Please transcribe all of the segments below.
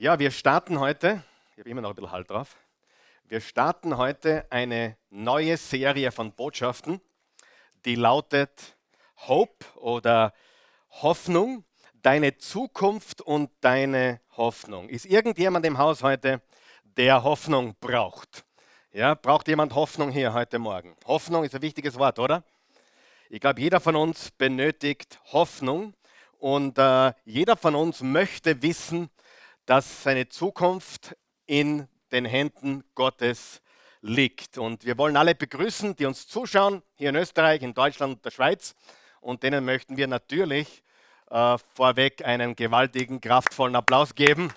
Ja, wir starten heute, ich habe immer noch ein bisschen Halt drauf, wir starten heute eine neue Serie von Botschaften, die lautet Hope oder Hoffnung, deine Zukunft und deine Hoffnung. Ist irgendjemand im Haus heute, der Hoffnung braucht? Ja, braucht jemand Hoffnung hier heute Morgen? Hoffnung ist ein wichtiges Wort, oder? Ich glaube, jeder von uns benötigt Hoffnung und jeder von uns möchte wissen, dass seine Zukunft in den Händen Gottes liegt. Und wir wollen alle begrüßen, die uns zuschauen, hier in Österreich, in Deutschland und der Schweiz. Und denen möchten wir natürlich vorweg einen gewaltigen, kraftvollen Applaus geben.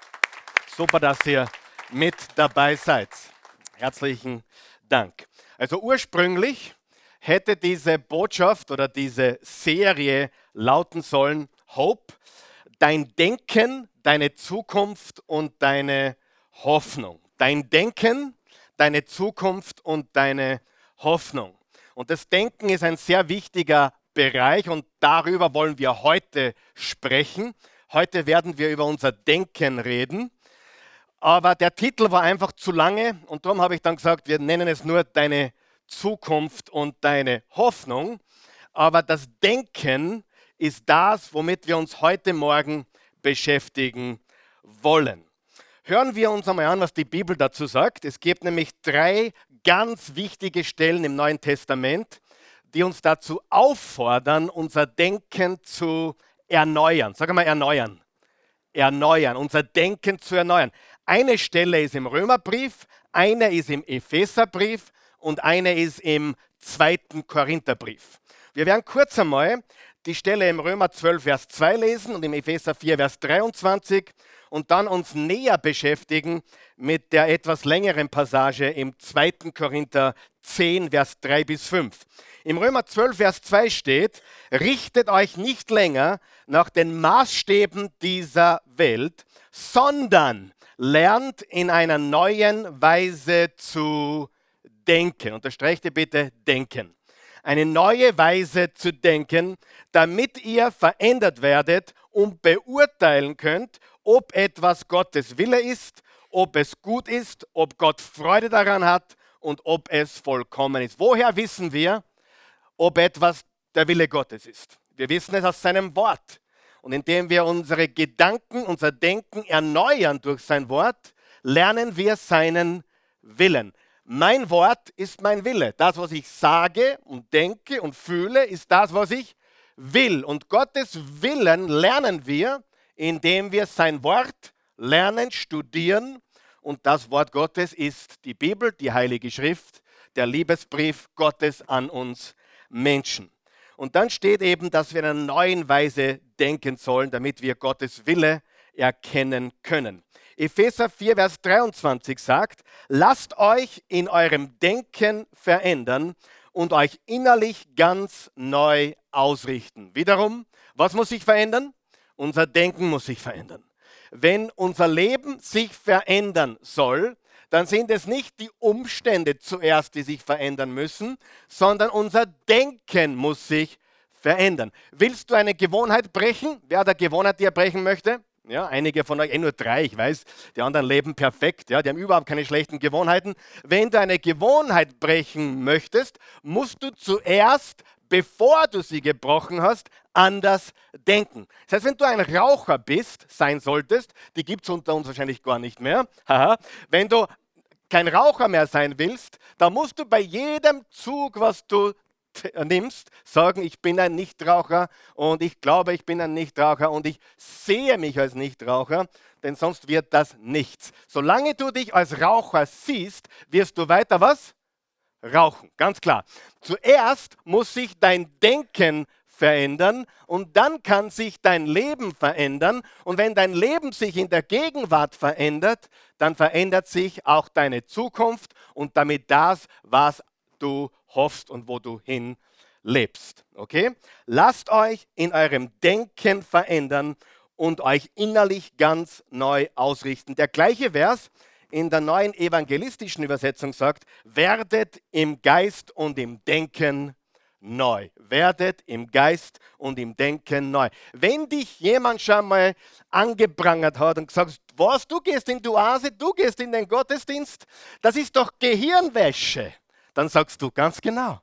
Super, dass ihr mit dabei seid. Herzlichen Dank. Also ursprünglich hätte diese Botschaft oder diese Serie lauten sollen: Hope, dein Denken, deine Zukunft und deine Hoffnung. Dein Denken, deine Zukunft und deine Hoffnung. Und das Denken ist ein sehr wichtiger Bereich und darüber wollen wir heute sprechen. Heute werden wir über unser Denken reden. Aber der Titel war einfach zu lange und darum habe ich dann gesagt, wir nennen es nur deine Zukunft und deine Hoffnung. Aber das Denken ist das, womit wir uns heute Morgen beschäftigen wollen. Hören wir uns einmal an, was die Bibel dazu sagt. Es gibt nämlich 3 ganz wichtige Stellen im Neuen Testament, die uns dazu auffordern, unser Denken zu erneuern. Sag mal erneuern. Erneuern, unser Denken zu erneuern. Eine Stelle ist im Römerbrief, eine ist im Epheserbrief und eine ist im 2. Korintherbrief. Wir werden kurz einmal die Stelle im Römer 12, Vers 2 lesen und im Epheser 4, Vers 23 und dann uns näher beschäftigen mit der etwas längeren Passage im 2. Korinther 10, Vers 3 bis 5. Im Römer 12, Vers 2 steht: Richtet euch nicht länger nach den Maßstäben dieser Welt, sondern lernt in einer neuen Weise zu denken. Unterstreicht ihr bitte denken. Eine neue Weise zu denken, damit ihr verändert werdet und beurteilen könnt, ob etwas Gottes Wille ist, ob es gut ist, ob Gott Freude daran hat und ob es vollkommen ist. Woher wissen wir, ob etwas der Wille Gottes ist? Wir wissen es aus seinem Wort. Und indem wir unsere Gedanken, unser Denken erneuern durch sein Wort, lernen wir seinen Willen. Mein Wort ist mein Wille. Das, was ich sage und denke und fühle, ist das, was ich will. Und Gottes Willen lernen wir, indem wir sein Wort lernen, studieren. Und das Wort Gottes ist die Bibel, die Heilige Schrift, der Liebesbrief Gottes an uns Menschen. Und dann steht eben, dass wir in einer neuen Weise denken sollen, damit wir Gottes Wille erkennen können. Epheser 4, Vers 23 sagt: Lasst euch in eurem Denken verändern und euch innerlich ganz neu ausrichten. Wiederum, was muss sich verändern? Unser Denken muss sich verändern. Wenn unser Leben sich verändern soll, dann sind es nicht die Umstände zuerst, die sich verändern müssen, sondern unser Denken muss sich verändern. Willst du eine Gewohnheit brechen? Wer hat eine Gewohnheit, die er brechen möchte? Ja, einige von euch, nur 3, ich weiß, die anderen leben perfekt, ja, die haben überhaupt keine schlechten Gewohnheiten. Wenn du eine Gewohnheit brechen möchtest, musst du zuerst, bevor du sie gebrochen hast, anders denken. Das heißt, wenn du ein Raucher bist, sein solltest, die gibt es unter uns wahrscheinlich gar nicht mehr, haha, wenn du kein Raucher mehr sein willst, dann musst du bei jedem Zug, was du nimmst, sagen, ich bin ein Nichtraucher und ich glaube, ich bin ein Nichtraucher und ich sehe mich als Nichtraucher, denn sonst wird das nichts. Solange du dich als Raucher siehst, wirst du weiter was? Rauchen, ganz klar. Zuerst muss sich dein Denken verändern und dann kann sich dein Leben verändern. Und wenn dein Leben sich in der Gegenwart verändert, dann verändert sich auch deine Zukunft und damit das, was du hoffst und wo du hin lebst. Okay? Lasst euch in eurem Denken verändern und euch innerlich ganz neu ausrichten. Der gleiche Vers in der neuen evangelistischen Übersetzung sagt: Werdet im Geist und im Denken neu. Werdet im Geist und im Denken neu. Wenn dich jemand schon mal angeprangert hat und gesagt, was, du gehst in die Oase, du gehst in den Gottesdienst, das ist doch Gehirnwäsche. Dann sagst du ganz genau,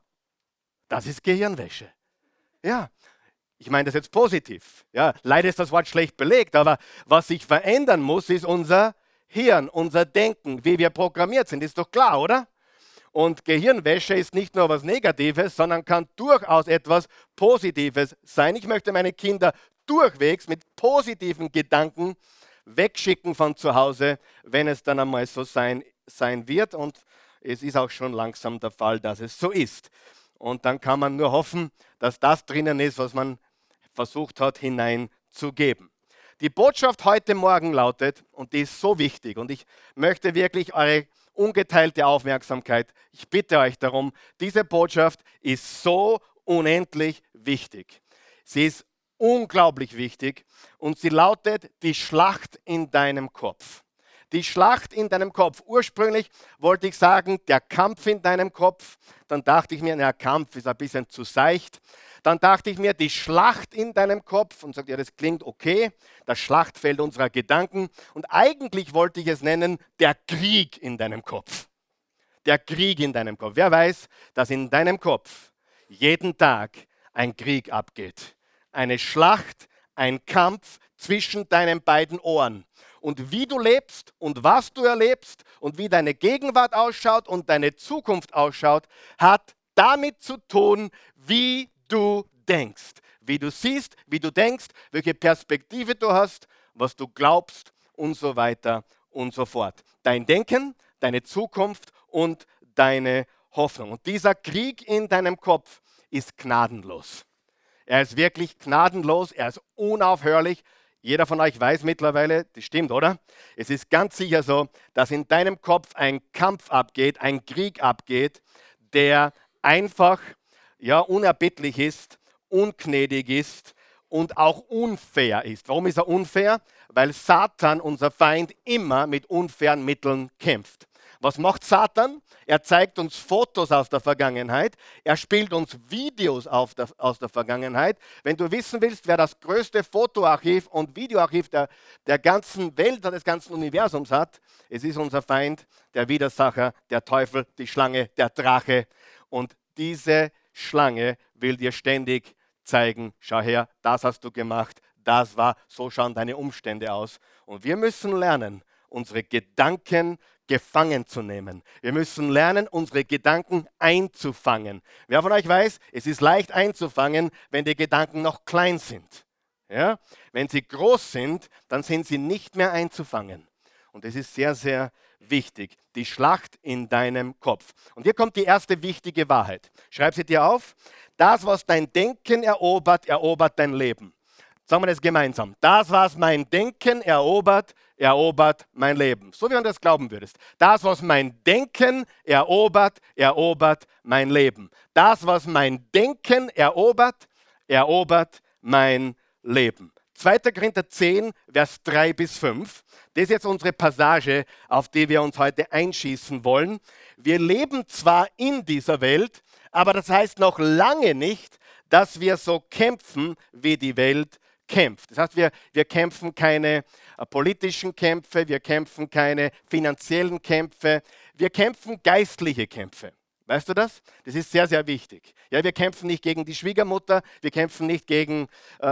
das ist Gehirnwäsche. Ja, ich meine das jetzt positiv. Ja, leider ist das Wort schlecht belegt, aber was sich verändern muss, ist unser Hirn, unser Denken, wie wir programmiert sind. Ist doch klar, oder? Und Gehirnwäsche ist nicht nur was Negatives, sondern kann durchaus etwas Positives sein. Ich möchte meine Kinder durchwegs mit positiven Gedanken wegschicken von zu Hause, wenn es dann einmal so sein wird. Und es ist auch schon langsam der Fall, dass es so ist. Und dann kann man nur hoffen, dass das drinnen ist, was man versucht hat hineinzugeben. Die Botschaft heute Morgen lautet, und die ist so wichtig, und ich möchte wirklich eure ungeteilte Aufmerksamkeit, ich bitte euch darum, diese Botschaft ist so unendlich wichtig. Sie ist unglaublich wichtig und sie lautet die Schlacht in deinem Kopf. Die Schlacht in deinem Kopf. Ursprünglich wollte ich sagen, der Kampf in deinem Kopf. Dann dachte ich mir, der Kampf ist ein bisschen zu seicht. Dann dachte ich mir, die Schlacht in deinem Kopf. Und sagte, ja, das klingt okay. Das Schlachtfeld unserer Gedanken. Und eigentlich wollte ich es nennen, der Krieg in deinem Kopf. Der Krieg in deinem Kopf. Wer weiß, dass in deinem Kopf jeden Tag ein Krieg abgeht. Eine Schlacht, ein Kampf zwischen deinen beiden Ohren. Und wie du lebst und was du erlebst und wie deine Gegenwart ausschaut und deine Zukunft ausschaut, hat damit zu tun, wie du denkst. Wie du siehst, wie du denkst, welche Perspektive du hast, was du glaubst und so weiter und so fort. Dein Denken, deine Zukunft und deine Hoffnung. Und dieser Krieg in deinem Kopf ist gnadenlos. Er ist wirklich gnadenlos, er ist unaufhörlich. Jeder von euch weiß mittlerweile, das stimmt, oder? Es ist ganz sicher so, dass in deinem Kopf ein Kampf abgeht, ein Krieg abgeht, der einfach unerbittlich ist, ungnädig ist und auch unfair ist. Warum ist er unfair? Weil Satan, unser Feind, immer mit unfairen Mitteln kämpft. Was macht Satan? Er zeigt uns Fotos aus der Vergangenheit. Er spielt uns Videos aus der Vergangenheit. Wenn du wissen willst, wer das größte Fotoarchiv und Videoarchiv der ganzen Welt, des ganzen Universums hat, es ist unser Feind, der Widersacher, der Teufel, die Schlange, der Drache. Und diese Schlange will dir ständig zeigen, schau her, das hast du gemacht, das war, so schauen deine Umstände aus. Und wir müssen lernen, unsere Gedanken gefangen zu nehmen. Wir müssen lernen, unsere Gedanken einzufangen. Wer von euch weiß, es ist leicht einzufangen, wenn die Gedanken noch klein sind. Ja? Wenn sie groß sind, dann sind sie nicht mehr einzufangen. Und das ist sehr, sehr wichtig. Die Schlacht in deinem Kopf. Und hier kommt die erste wichtige Wahrheit. Schreib sie dir auf. Das, was dein Denken erobert, erobert dein Leben. Sagen wir das gemeinsam. Das, was mein Denken erobert, erobert mein Leben. So wie du das glauben würdest. Das, was mein Denken erobert, erobert mein Leben. Das, was mein Denken erobert, erobert mein Leben. 2. Korinther 10, Vers 3 bis 5. Das ist jetzt unsere Passage, auf die wir uns heute einschießen wollen. Wir leben zwar in dieser Welt, aber das heißt noch lange nicht, dass wir so kämpfen, wie die Welt kämpft. Das heißt, wir kämpfen keine politischen Kämpfe, wir kämpfen keine finanziellen Kämpfe, wir kämpfen geistliche Kämpfe. Weißt du das? Das ist sehr, sehr wichtig. Ja, wir kämpfen nicht gegen die Schwiegermutter, wir kämpfen nicht gegen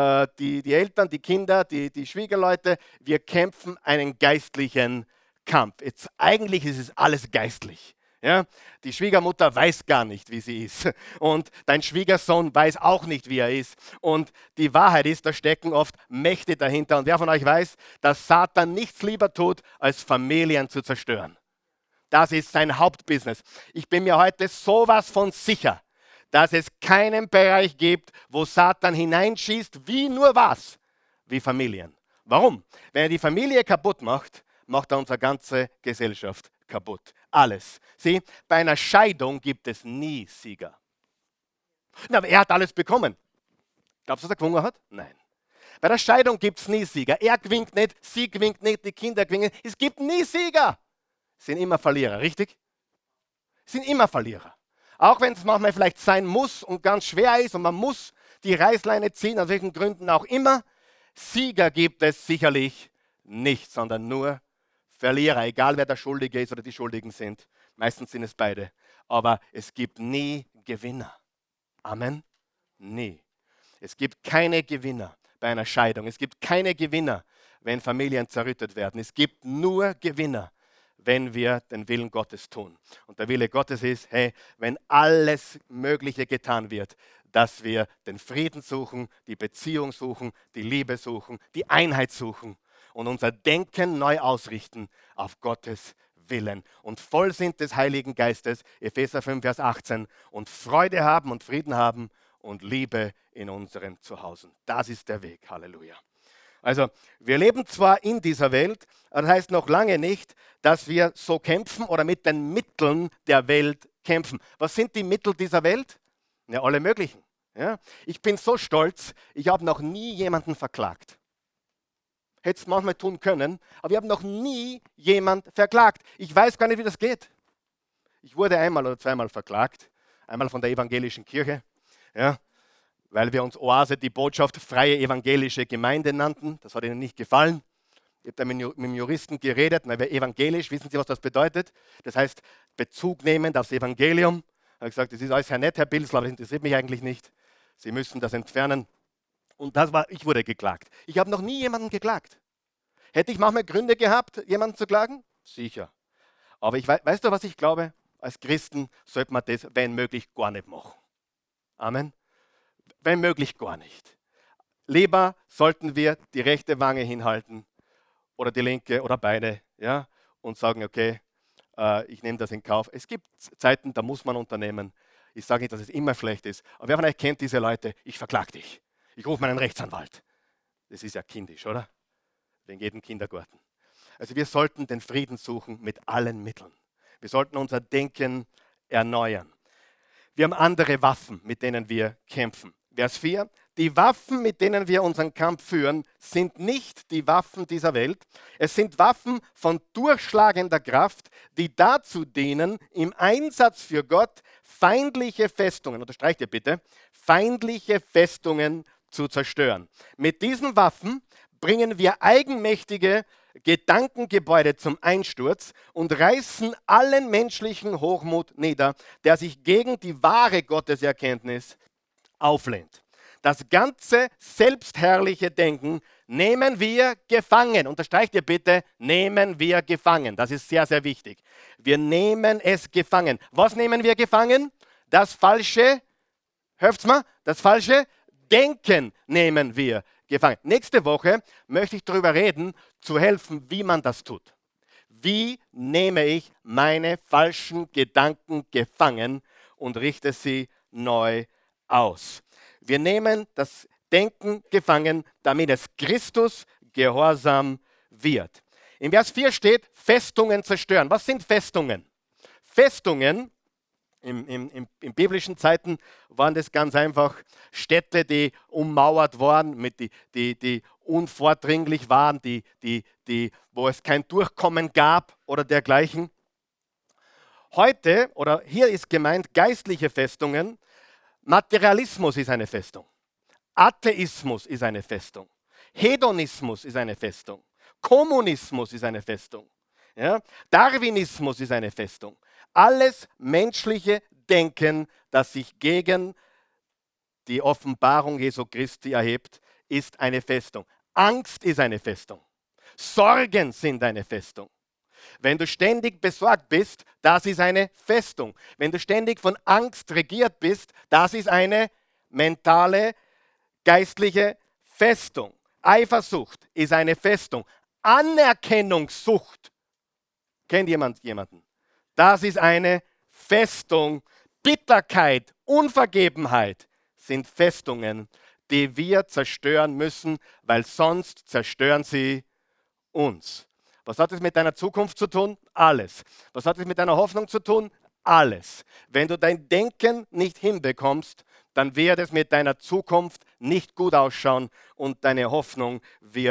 die Eltern, die Kinder, die Schwiegerleute. Wir kämpfen einen geistlichen Kampf. Jetzt, eigentlich ist es alles geistlich. Ja? Die Schwiegermutter weiß gar nicht, wie sie ist. Und dein Schwiegersohn weiß auch nicht, wie er ist. Und die Wahrheit ist, da stecken oft Mächte dahinter. Und wer von euch weiß, dass Satan nichts lieber tut, als Familien zu zerstören. Das ist sein Hauptbusiness. Ich bin mir heute sowas von sicher, dass es keinen Bereich gibt, wo Satan hineinschießt, wie nur was? Wie Familien. Warum? Wenn er die Familie kaputt macht, macht er unsere ganze Gesellschaft kaputt. Alles. Sieh, bei einer Scheidung gibt es nie Sieger. Na, aber er hat alles bekommen. Glaubst du, dass er gewonnen hat? Nein. Bei der Scheidung gibt es nie Sieger. Er gewinnt nicht, sie gewinnt nicht, die Kinder gewinnen. Es gibt nie Sieger. Sind immer Verlierer, richtig? Sind immer Verlierer. Auch wenn es manchmal vielleicht sein muss und ganz schwer ist und man muss die Reißleine ziehen, aus welchen Gründen auch immer. Sieger gibt es sicherlich nicht, sondern nur Verlierer, egal wer der Schuldige ist oder die Schuldigen sind. Meistens sind es beide. Aber es gibt nie Gewinner. Amen? Nie. Es gibt keine Gewinner bei einer Scheidung. Es gibt keine Gewinner, wenn Familien zerrüttet werden. Es gibt nur Gewinner, wenn wir den Willen Gottes tun. Und der Wille Gottes ist, hey, wenn alles Mögliche getan wird, dass wir den Frieden suchen, die Beziehung suchen, die Liebe suchen, die Einheit suchen und unser Denken neu ausrichten auf Gottes Willen und voll sind des Heiligen Geistes, Epheser 5, Vers 18, und Freude haben und Frieden haben und Liebe in unseren Zuhause. Das ist der Weg. Halleluja. Also, wir leben zwar in dieser Welt, aber das heißt noch lange nicht, dass wir so kämpfen oder mit den Mitteln der Welt kämpfen. Was sind die Mittel dieser Welt? Ja, alle möglichen. Ja? Ich bin so stolz, ich habe noch nie jemanden verklagt. Hätte es manchmal tun können, aber wir haben noch nie jemanden verklagt. Ich weiß gar nicht, wie das geht. Ich wurde einmal oder zweimal verklagt, einmal von der evangelischen Kirche, ja, weil wir uns Oase, die Botschaft, freie evangelische Gemeinde nannten. Das hat ihnen nicht gefallen. Ich habe da mit dem Juristen geredet, weil wir evangelisch, wissen Sie, was das bedeutet? Das heißt, Bezug nehmend aufs Evangelium. Ich habe gesagt, das ist alles sehr nett, Herr Bilsler, aber das interessiert mich eigentlich nicht. Sie müssen das entfernen. Und ich wurde geklagt. Ich habe noch nie jemanden geklagt. Hätte ich manchmal Gründe gehabt, jemanden zu klagen? Sicher. Aber weißt du, was ich glaube? Als Christen sollte man das, wenn möglich, gar nicht machen. Amen. Wenn möglich, gar nicht. Lieber sollten wir die rechte Wange hinhalten oder die linke oder beide, ja, und sagen, okay, ich nehme das in Kauf. Es gibt Zeiten, da muss man unternehmen. Ich sage nicht, dass es immer schlecht ist, aber wer von euch kennt diese Leute? Ich verklag dich. Ich rufe meinen Rechtsanwalt. Das ist ja kindisch, oder? Wegen jedem Kindergarten. Also wir sollten den Frieden suchen mit allen Mitteln. Wir sollten unser Denken erneuern. Wir haben andere Waffen, mit denen wir kämpfen. Vers 4. Die Waffen, mit denen wir unseren Kampf führen, sind nicht die Waffen dieser Welt. Es sind Waffen von durchschlagender Kraft, die dazu dienen, im Einsatz für Gott feindliche Festungen, unterstreicht ihr bitte, feindliche Festungen zu zerstören. Mit diesen Waffen bringen wir eigenmächtige Gedankengebäude zum Einsturz und reißen allen menschlichen Hochmut nieder, der sich gegen die wahre Gotteserkenntnis auflehnt. Das ganze selbstherrliche Denken nehmen wir gefangen. Unterstreicht ihr bitte, nehmen wir gefangen. Das ist sehr, sehr wichtig. Wir nehmen es gefangen. Was nehmen wir gefangen? Das falsche, hört's mal, das falsche Denken nehmen wir gefangen. Nächste Woche möchte ich darüber reden, zu helfen, wie man das tut. Wie nehme ich meine falschen Gedanken gefangen und richte sie neu aus? Wir nehmen das Denken gefangen, damit es Christus gehorsam wird. In Vers 4 steht, Festungen zerstören. Was sind Festungen? Festungen, in biblischen Zeiten waren das ganz einfach Städte, die ummauert waren, die unvordringlich waren, wo es kein Durchkommen gab oder dergleichen. Heute, oder hier ist gemeint, geistliche Festungen. Materialismus ist eine Festung. Atheismus ist eine Festung. Hedonismus ist eine Festung. Kommunismus ist eine Festung. Ja? Darwinismus ist eine Festung. Alles menschliche Denken, das sich gegen die Offenbarung Jesu Christi erhebt, ist eine Festung. Angst ist eine Festung. Sorgen sind eine Festung. Wenn du ständig besorgt bist, das ist eine Festung. Wenn du ständig von Angst regiert bist, das ist eine mentale, geistliche Festung. Eifersucht ist eine Festung. Anerkennungssucht. Kennt jemand jemanden? Das ist eine Festung. Bitterkeit, Unvergebenheit sind Festungen, die wir zerstören müssen, weil sonst zerstören sie uns. Was hat es mit deiner Zukunft zu tun? Alles. Was hat es mit deiner Hoffnung zu tun? Alles. Wenn du dein Denken nicht hinbekommst, dann wird es mit deiner Zukunft nicht gut ausschauen und deine Hoffnung wird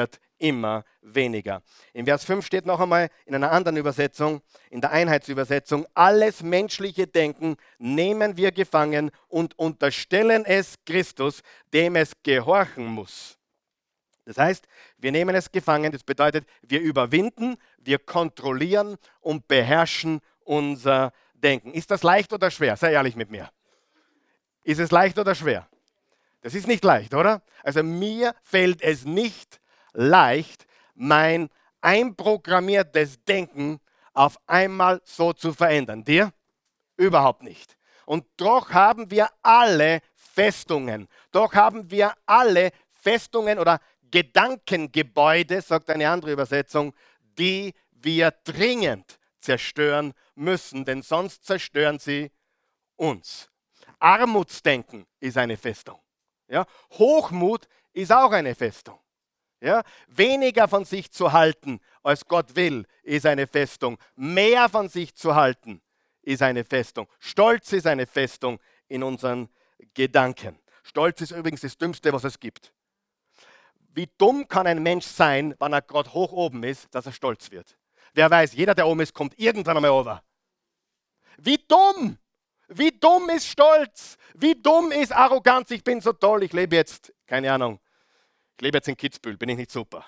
immer weniger. In Vers 5 steht noch einmal in einer anderen Übersetzung, in der Einheitsübersetzung, alles menschliche Denken nehmen wir gefangen und unterstellen es Christus, dem es gehorchen muss. Das heißt, wir nehmen es gefangen, das bedeutet, wir überwinden, wir kontrollieren und beherrschen unser Denken. Ist das leicht oder schwer? Sei ehrlich mit mir. Ist es leicht oder schwer? Das ist nicht leicht, oder? Also mir fällt es nicht leicht, mein einprogrammiertes Denken auf einmal so zu verändern. Dir? Überhaupt nicht. Und doch haben wir alle Festungen. Doch haben wir alle Festungen oder Gedankengebäude, sagt eine andere Übersetzung, die wir dringend zerstören müssen, denn sonst zerstören sie uns. Armutsdenken ist eine Festung. Ja? Hochmut ist auch eine Festung. Ja? Weniger von sich zu halten, als Gott will, ist eine Festung. Mehr von sich zu halten, ist eine Festung. Stolz ist eine Festung in unseren Gedanken. Stolz ist übrigens das Dümmste, was es gibt. Wie dumm kann ein Mensch sein, wenn er gerade hoch oben ist, dass er stolz wird? Wer weiß, jeder, der oben ist, kommt irgendwann einmal over. Wie dumm! Wie dumm ist Stolz? Wie dumm ist Arroganz? Ich bin so toll, ich lebe jetzt, keine Ahnung, ich lebe jetzt in Kitzbühel, bin ich nicht super?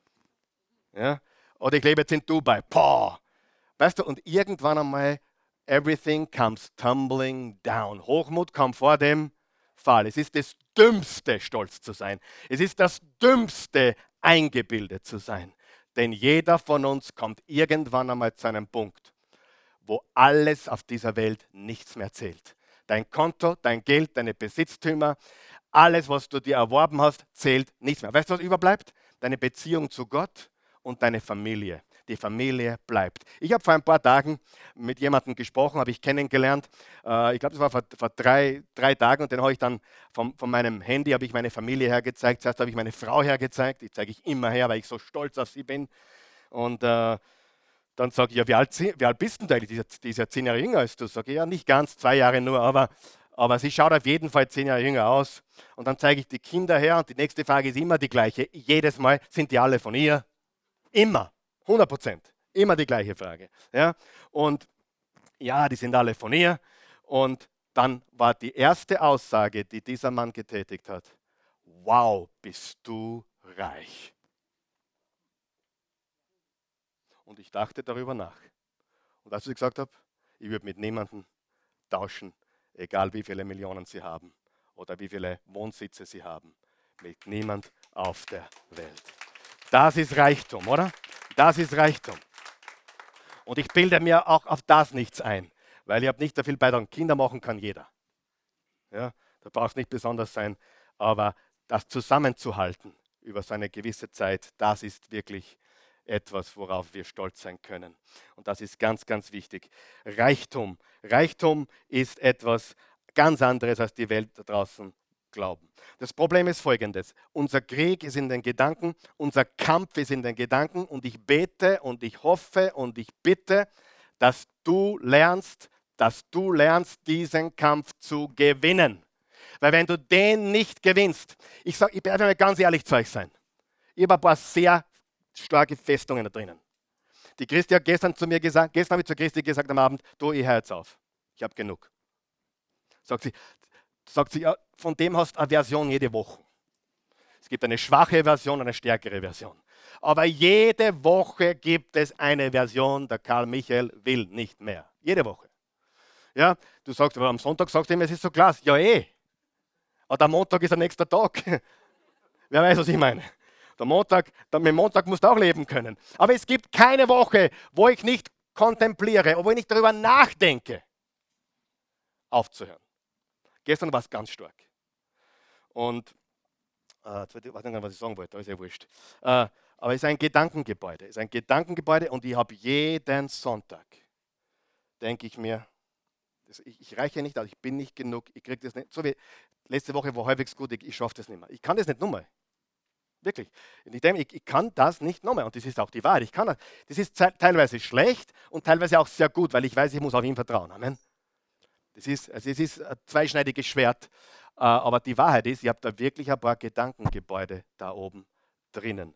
Ja? Oder ich lebe jetzt in Dubai, boah! Weißt du, und irgendwann einmal, everything comes tumbling down. Hochmut kommt vor dem Fall. Es ist das Dümmste, stolz zu sein. Es ist das Dümmste, eingebildet zu sein. Denn jeder von uns kommt irgendwann einmal zu einem Punkt, wo alles auf dieser Welt nichts mehr zählt. Dein Konto, dein Geld, deine Besitztümer, alles, was du dir erworben hast, zählt nichts mehr. Weißt du, was überbleibt? Deine Beziehung zu Gott und deine Familie. Die Familie bleibt. Ich habe vor ein paar Tagen mit jemandem gesprochen, habe ich kennengelernt. Ich glaube, das war vor drei Tagen und den habe ich dann von meinem Handy habe ich meine Familie hergezeigt. Zuerst habe ich meine Frau hergezeigt. Die zeige ich immer her, weil ich so stolz auf sie bin. Und dann sage ich, ja, wie alt bist du denn eigentlich? Die ist ja 10 Jahre jünger als du. Sage ich, ja, nicht ganz, 2 Jahre nur, aber sie schaut auf jeden Fall 10 Jahre jünger aus. Und dann zeige ich die Kinder her und die nächste Frage ist immer die gleiche. Jedes Mal sind die alle von ihr. Immer, 100%. Immer die gleiche Frage. Ja? Und ja, die sind alle von ihr. Und dann war die erste Aussage, die dieser Mann getätigt hat: Wow, bist du reich. Und ich dachte darüber nach. Und als ich gesagt habe, ich würde mit niemandem tauschen, egal wie viele Millionen sie haben oder wie viele Wohnsitze sie haben. Mit niemand auf der Welt. Das ist Reichtum, oder? Das ist Reichtum. Und ich bilde mir auch auf das nichts ein, weil ich habe nicht so viel beitragen. Kinder machen kann jeder. Ja, da braucht es nicht besonders sein, aber das zusammenzuhalten über so eine gewisse Zeit, das ist wirklich etwas, worauf wir stolz sein können. Und das ist ganz, ganz wichtig. Reichtum. Reichtum ist etwas ganz anderes, als die Welt da draußen glauben. Das Problem ist folgendes. Unser Krieg ist in den Gedanken, unser Kampf ist in den Gedanken und ich bete und ich hoffe und ich bitte, dass du lernst, diesen Kampf zu gewinnen. Weil wenn du den nicht gewinnst, ich werde mal ganz ehrlich zu euch sein, ich habe ein paar sehr starke Festungen da drinnen. Die Christi hat gestern zu mir gesagt, gestern habe ich zu Christi gesagt am Abend, du, ich höre jetzt auf. Ich habe genug. Sagt sie, ja, von dem hast du eine Version jede Woche. Es gibt eine schwache Version, eine stärkere Version. Aber jede Woche gibt es eine Version, der Karl Michael will nicht mehr. Jede Woche. Ja, du sagst, aber am Sonntag sagst du ihm, es ist so klar. Ja, eh. Aber der Montag ist der nächste Tag. Wer weiß, was ich meine. Mit dem Montag musst du auch leben können. Aber es gibt keine Woche, wo ich nicht kontempliere, wo ich nicht darüber nachdenke, aufzuhören. Gestern war es ganz stark. Und, jetzt weiß ich nicht, was ich sagen wollte, ist ja wurscht. Aber es ist ein Gedankengebäude. Es ist ein Gedankengebäude und ich habe jeden Sonntag, denke ich mir, ich reiche nicht aus, ich bin nicht genug, ich kriege das nicht. So wie letzte Woche war halbwegs gut, ich schaffe das nicht mehr. Ich kann das nicht nochmal. Wirklich. Ich kann das nicht nochmal. Und das ist auch die Wahrheit. Das ist teilweise schlecht und teilweise auch sehr gut, weil ich weiß, ich muss auf ihn vertrauen. Amen. Es ist ein zweischneidiges Schwert. Aber die Wahrheit ist, ich habe da wirklich ein paar Gedankengebäude da oben drinnen.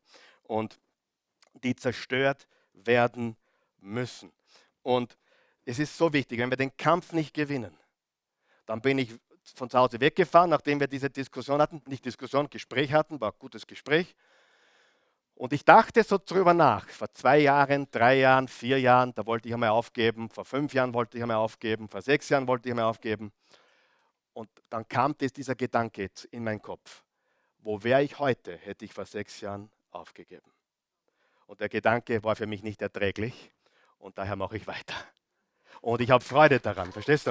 und die zerstört werden müssen. Und es ist so wichtig, wenn wir den Kampf nicht gewinnen, dann bin ich von zu Hause weggefahren, nachdem wir diese Diskussion hatten, nicht Diskussion, Gespräch hatten, war ein gutes Gespräch. Und ich dachte so drüber nach, vor 2 Jahren, 3 Jahren, 4 Jahren, da wollte ich einmal aufgeben, vor 5 Jahren wollte ich einmal aufgeben, vor 6 Jahren wollte ich einmal aufgeben. Und dann kam dieser Gedanke in meinen Kopf. Wo wäre ich heute, hätte ich vor 6 Jahren aufgegeben. Und der Gedanke war für mich nicht erträglich und daher mache ich weiter. Und ich habe Freude daran, verstehst du?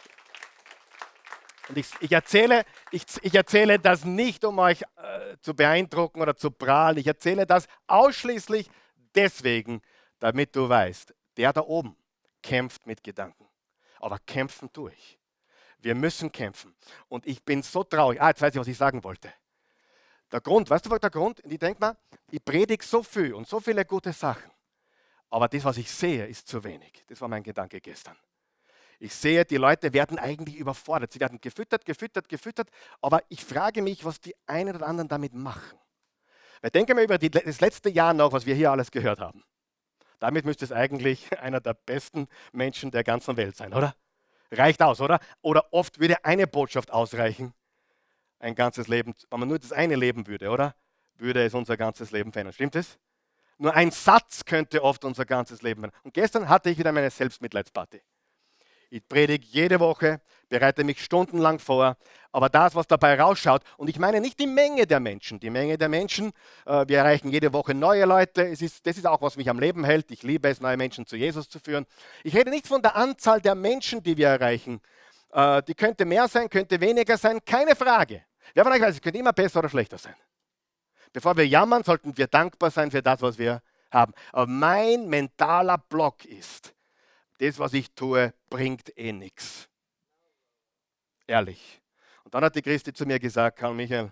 Und ich erzähle das nicht, um euch zu beeindrucken oder zu prahlen. Ich erzähle das ausschließlich deswegen, damit du weißt, der da oben kämpft mit Gedanken. Aber kämpfen tue ich. Wir müssen kämpfen. Und ich bin so traurig. Jetzt weiß ich, was ich sagen wollte. Der Grund, weißt du, was der Grund? Ich denke mal, ich predige so viel und so viele gute Sachen. Aber das, was ich sehe, ist zu wenig. Das war mein Gedanke gestern. Ich sehe, die Leute werden eigentlich überfordert. Sie werden gefüttert, gefüttert, gefüttert. Aber ich frage mich, was die einen oder anderen damit machen. Weil denke mal über das letzte Jahr noch, was wir hier alles gehört haben. Damit müsste es eigentlich einer der besten Menschen der ganzen Welt sein, oder? Reicht aus, oder? Oder oft würde eine Botschaft ausreichen, ein ganzes Leben, wenn man nur das eine leben würde, oder? Würde es unser ganzes Leben verändern. Stimmt es? Nur ein Satz könnte oft unser ganzes Leben verändern. Und gestern hatte ich wieder meine Selbstmitleidsparty. Ich predige jede Woche, bereite mich stundenlang vor, aber das, was dabei rausschaut, und ich meine nicht die Menge der Menschen, wir erreichen jede Woche neue Leute, das ist auch, was mich am Leben hält, ich liebe es, neue Menschen zu Jesus zu führen. Ich rede nicht von der Anzahl der Menschen, die wir erreichen, die könnte mehr sein, könnte weniger sein, keine Frage. Wer von euch weiß, es könnte immer besser oder schlechter sein. Bevor wir jammern, sollten wir dankbar sein für das, was wir haben. Aber mein mentaler Block ist, das, was ich tue, bringt nichts. Ehrlich. Und dann hat die Christi zu mir gesagt, Karl Michael,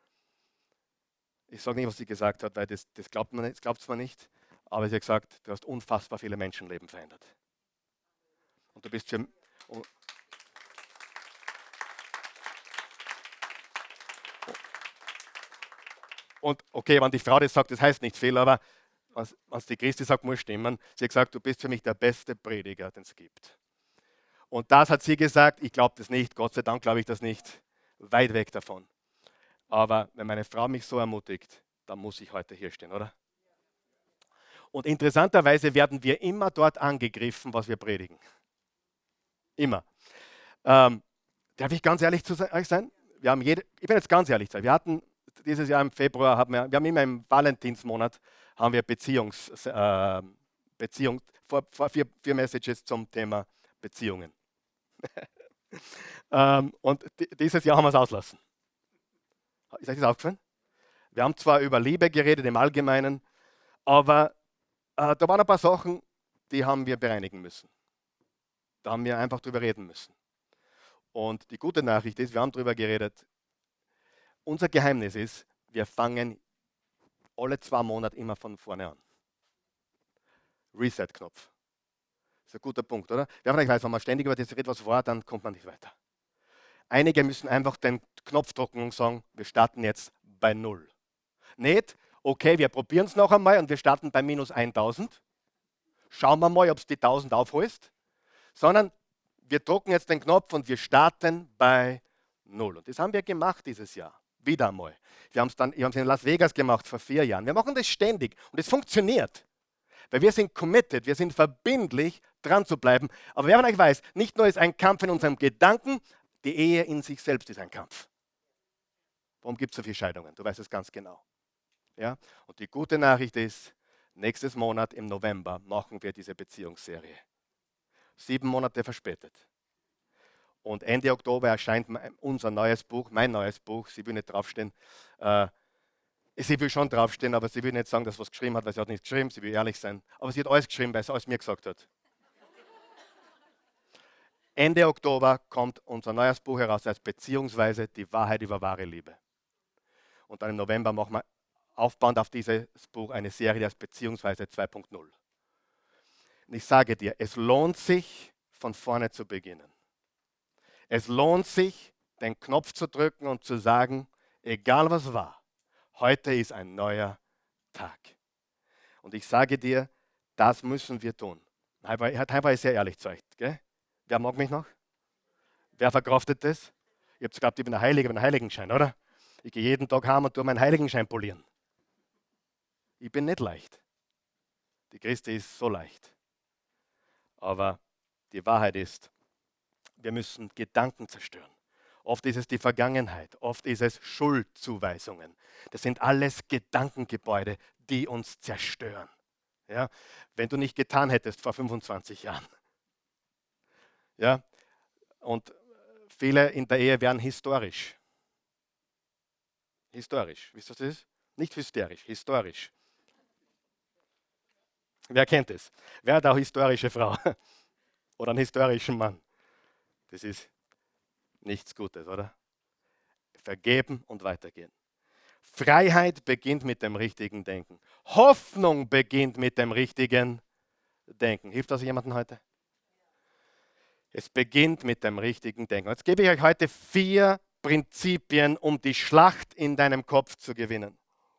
ich sage nicht, was sie gesagt hat, weil das glaubt man nicht, das glaubt man nicht, aber sie hat gesagt, du hast unfassbar viele Menschenleben verändert. Und du bist für... Und okay, wenn die Frau das sagt, das heißt nicht viel, aber was die Christi sagt, muss stimmen. Sie hat gesagt, du bist für mich der beste Prediger, den es gibt. Und das hat sie gesagt, ich glaube das nicht, Gott sei Dank glaube ich das nicht, weit weg davon. Aber wenn meine Frau mich so ermutigt, dann muss ich heute hier stehen, oder? Und interessanterweise werden wir immer dort angegriffen, was wir predigen. Immer. Darf ich ganz ehrlich zu euch sein? Ich bin jetzt ganz ehrlich, wir hatten dieses Jahr im Februar, wir haben immer im Valentinsmonat haben wir vier Messages zum Thema Beziehungen. Und dieses Jahr haben wir es auslassen. Ist euch das aufgefallen? Wir haben zwar über Liebe geredet im Allgemeinen, aber da waren ein paar Sachen, die haben wir bereinigen müssen. Da haben wir einfach drüber reden müssen. Und die gute Nachricht ist, wir haben darüber geredet. Unser Geheimnis ist, wir fangen alle 2 Monate immer von vorne an. Reset-Knopf. Das ist ein guter Punkt, oder? Wer von euch weiß, wenn man ständig über das redet, was war, dann kommt man nicht weiter. Einige müssen einfach den Knopf drücken und sagen, wir starten jetzt bei 0. Nicht, okay, wir probieren es noch einmal und wir starten bei minus 1000. Schauen wir mal, ob es die 1000 aufholst. Sondern wir drücken jetzt den Knopf und wir starten bei 0. Und das haben wir gemacht dieses Jahr. Wieder einmal. Wir haben es in Las Vegas gemacht vor 4 Jahren. Wir machen das ständig und es funktioniert. Weil wir sind committed, wir sind verbindlich, dran zu bleiben. Aber wer von euch weiß, nicht nur ist ein Kampf in unserem Gedanken, die Ehe in sich selbst ist ein Kampf. Warum gibt es so viele Scheidungen? Du weißt es ganz genau. Ja? Und die gute Nachricht ist, nächstes Monat im November machen wir diese Beziehungsserie. 7 Monate verspätet. Und Ende Oktober erscheint unser neues Buch, mein neues Buch. Sie will nicht draufstehen. Sie will schon draufstehen, aber sie will nicht sagen, dass sie was geschrieben hat, weil sie hat nichts geschrieben. Sie will ehrlich sein. Aber sie hat alles geschrieben, weil sie alles mir gesagt hat. Ende Oktober kommt unser neues Buch heraus, das heißt Beziehungsweise die Wahrheit über wahre Liebe. Und dann im November machen wir aufbauend auf dieses Buch eine Serie, die heißt Beziehungsweise 2.0. Und ich sage dir, es lohnt sich, von vorne zu beginnen. Es lohnt sich, den Knopf zu drücken und zu sagen, egal was war, heute ist ein neuer Tag. Und ich sage dir, das müssen wir tun. Heute war ich sehr ehrlich zu euch. Gell? Wer mag mich noch? Wer verkraftet das? Ihr habt geglaubt, ich bin ein Heiliger, ich bin ein Heiligenschein, oder? Ich gehe jeden Tag heim und tue meinen Heiligenschein polieren. Ich bin nicht leicht. Die Christi ist so leicht. Aber die Wahrheit ist, wir müssen Gedanken zerstören. Oft ist es die Vergangenheit, oft ist es Schuldzuweisungen. Das sind alles Gedankengebäude, die uns zerstören. Ja? Wenn du nicht getan hättest vor 25 Jahren. Ja? Und viele in der Ehe werden historisch. Historisch, wisst ihr, was das ist? Nicht hysterisch, historisch. Wer kennt es? Wer hat eine historische Frau oder einen historischen Mann? Das ist nichts Gutes, oder? Vergeben und weitergehen. Freiheit beginnt mit dem richtigen Denken. Hoffnung beginnt mit dem richtigen Denken. Hilft das jemandem heute? Es beginnt mit dem richtigen Denken. Jetzt gebe ich euch heute 4 Prinzipien, um die Schlacht in deinem Kopf zu gewinnen.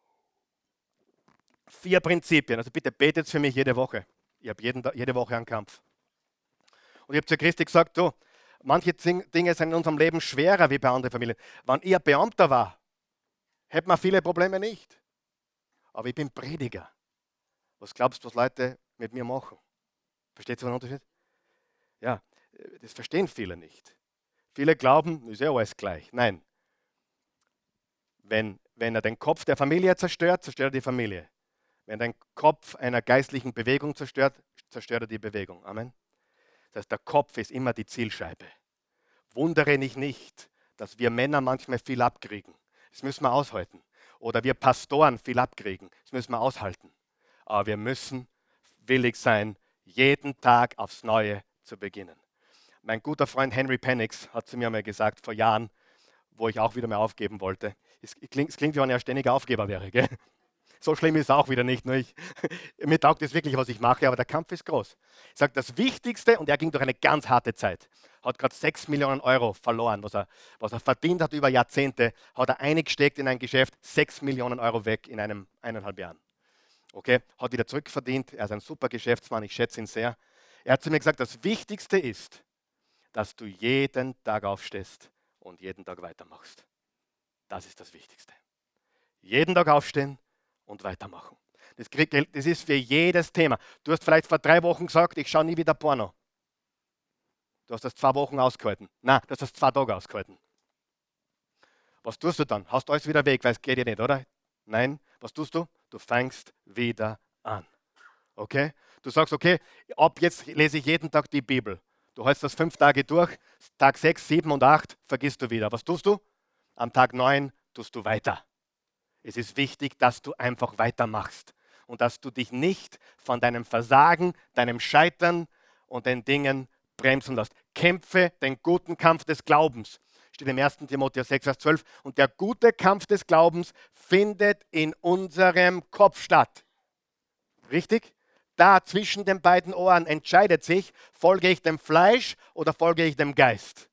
4 Prinzipien. Also bitte betet für mich jede Woche. Ich habe jede Woche einen Kampf. Und ich habe zu Christi gesagt, du, manche Dinge sind in unserem Leben schwerer wie bei anderen Familien. Wenn ich ein Beamter war, hätte man viele Probleme nicht. Aber ich bin Prediger. Was glaubst du, was Leute mit mir machen? Versteht ihr den Unterschied? Ja, das verstehen viele nicht. Viele glauben, ist ja alles gleich. Nein. Wenn er den Kopf der Familie zerstört, zerstört er die Familie. Wenn er den Kopf einer geistlichen Bewegung zerstört, zerstört er die Bewegung. Amen. Das heißt, der Kopf ist immer die Zielscheibe. Wundere dich nicht, dass wir Männer manchmal viel abkriegen. Das müssen wir aushalten. Oder wir Pastoren viel abkriegen. Das müssen wir aushalten. Aber wir müssen willig sein, jeden Tag aufs Neue zu beginnen. Mein guter Freund Henry Penix hat zu mir mal gesagt, vor Jahren, wo ich auch wieder mal aufgeben wollte. Es klingt, wie wenn er ein ständiger Aufgeber wäre. Gell? So schlimm ist es auch wieder nicht. Nur mir taugt es wirklich, was ich mache, aber der Kampf ist groß. Ich sage, das Wichtigste, und er ging durch eine ganz harte Zeit, hat gerade 6 Millionen Euro verloren, was er verdient hat über Jahrzehnte, hat er eingesteckt in ein Geschäft, 6 Millionen Euro weg in 1,5 Jahren. Okay, hat wieder zurückverdient, er ist ein super Geschäftsmann, ich schätze ihn sehr. Er hat zu mir gesagt, das Wichtigste ist, dass du jeden Tag aufstehst und jeden Tag weitermachst. Das ist das Wichtigste. Jeden Tag aufstehen und weitermachen. Das ist für jedes Thema. Du hast vielleicht vor 3 Wochen gesagt, ich schaue nie wieder Porno. Du hast das 2 Wochen ausgehalten. Nein, du hast das 2 Tage ausgehalten. Was tust du dann? Hast du alles wieder weg, weil es geht ja nicht, oder? Nein, was tust du? Du fängst wieder an. Okay? Du sagst, okay, ab jetzt lese ich jeden Tag die Bibel. Du hältst das 5 Tage durch, Tag 6, 7 und 8 vergisst du wieder. Was tust du? Am Tag 9 tust du weiter. Es ist wichtig, dass du einfach weitermachst und dass du dich nicht von deinem Versagen, deinem Scheitern und den Dingen bremsen lässt. Kämpfe den guten Kampf des Glaubens. Steht im 1. Timotheus 6, Vers 12. Und der gute Kampf des Glaubens findet in unserem Kopf statt. Richtig? Da zwischen den beiden Ohren entscheidet sich, folge ich dem Fleisch oder folge ich dem Geist.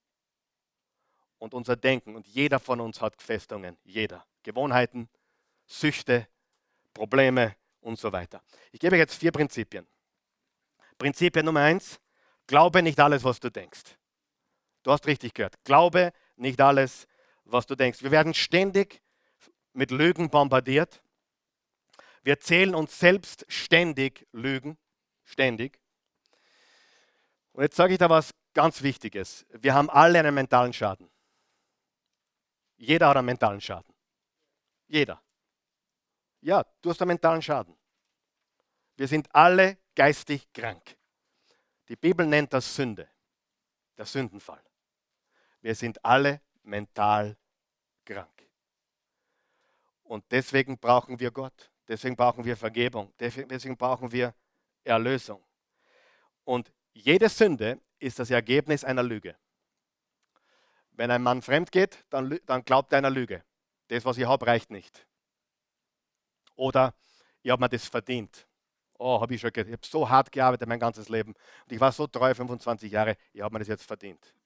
Und unser Denken, und jeder von uns hat Festungen, jeder. Gewohnheiten, Süchte, Probleme und so weiter. Ich gebe euch jetzt 4 Prinzipien. Prinzipien Nummer 1, glaube nicht alles, was du denkst. Du hast richtig gehört. Glaube nicht alles, was du denkst. Wir werden ständig mit Lügen bombardiert. Wir erzählen uns selbst ständig Lügen. Ständig. Und jetzt sage ich da was ganz Wichtiges. Wir haben alle einen mentalen Schaden. Jeder hat einen mentalen Schaden. Jeder. Ja, du hast einen mentalen Schaden. Wir sind alle geistig krank. Die Bibel nennt das Sünde, der Sündenfall. Wir sind alle mental krank. Und deswegen brauchen wir Gott. Deswegen brauchen wir Vergebung. Deswegen brauchen wir Erlösung. Und jede Sünde ist das Ergebnis einer Lüge. Wenn ein Mann fremd geht, dann glaubt er einer Lüge. Das, was ich habe, reicht nicht. Oder ich habe mir das verdient. Oh, habe ich schon gehört. Ich habe so hart gearbeitet mein ganzes Leben. Und ich war so treu, 25 Jahre. Ich habe mir das jetzt verdient.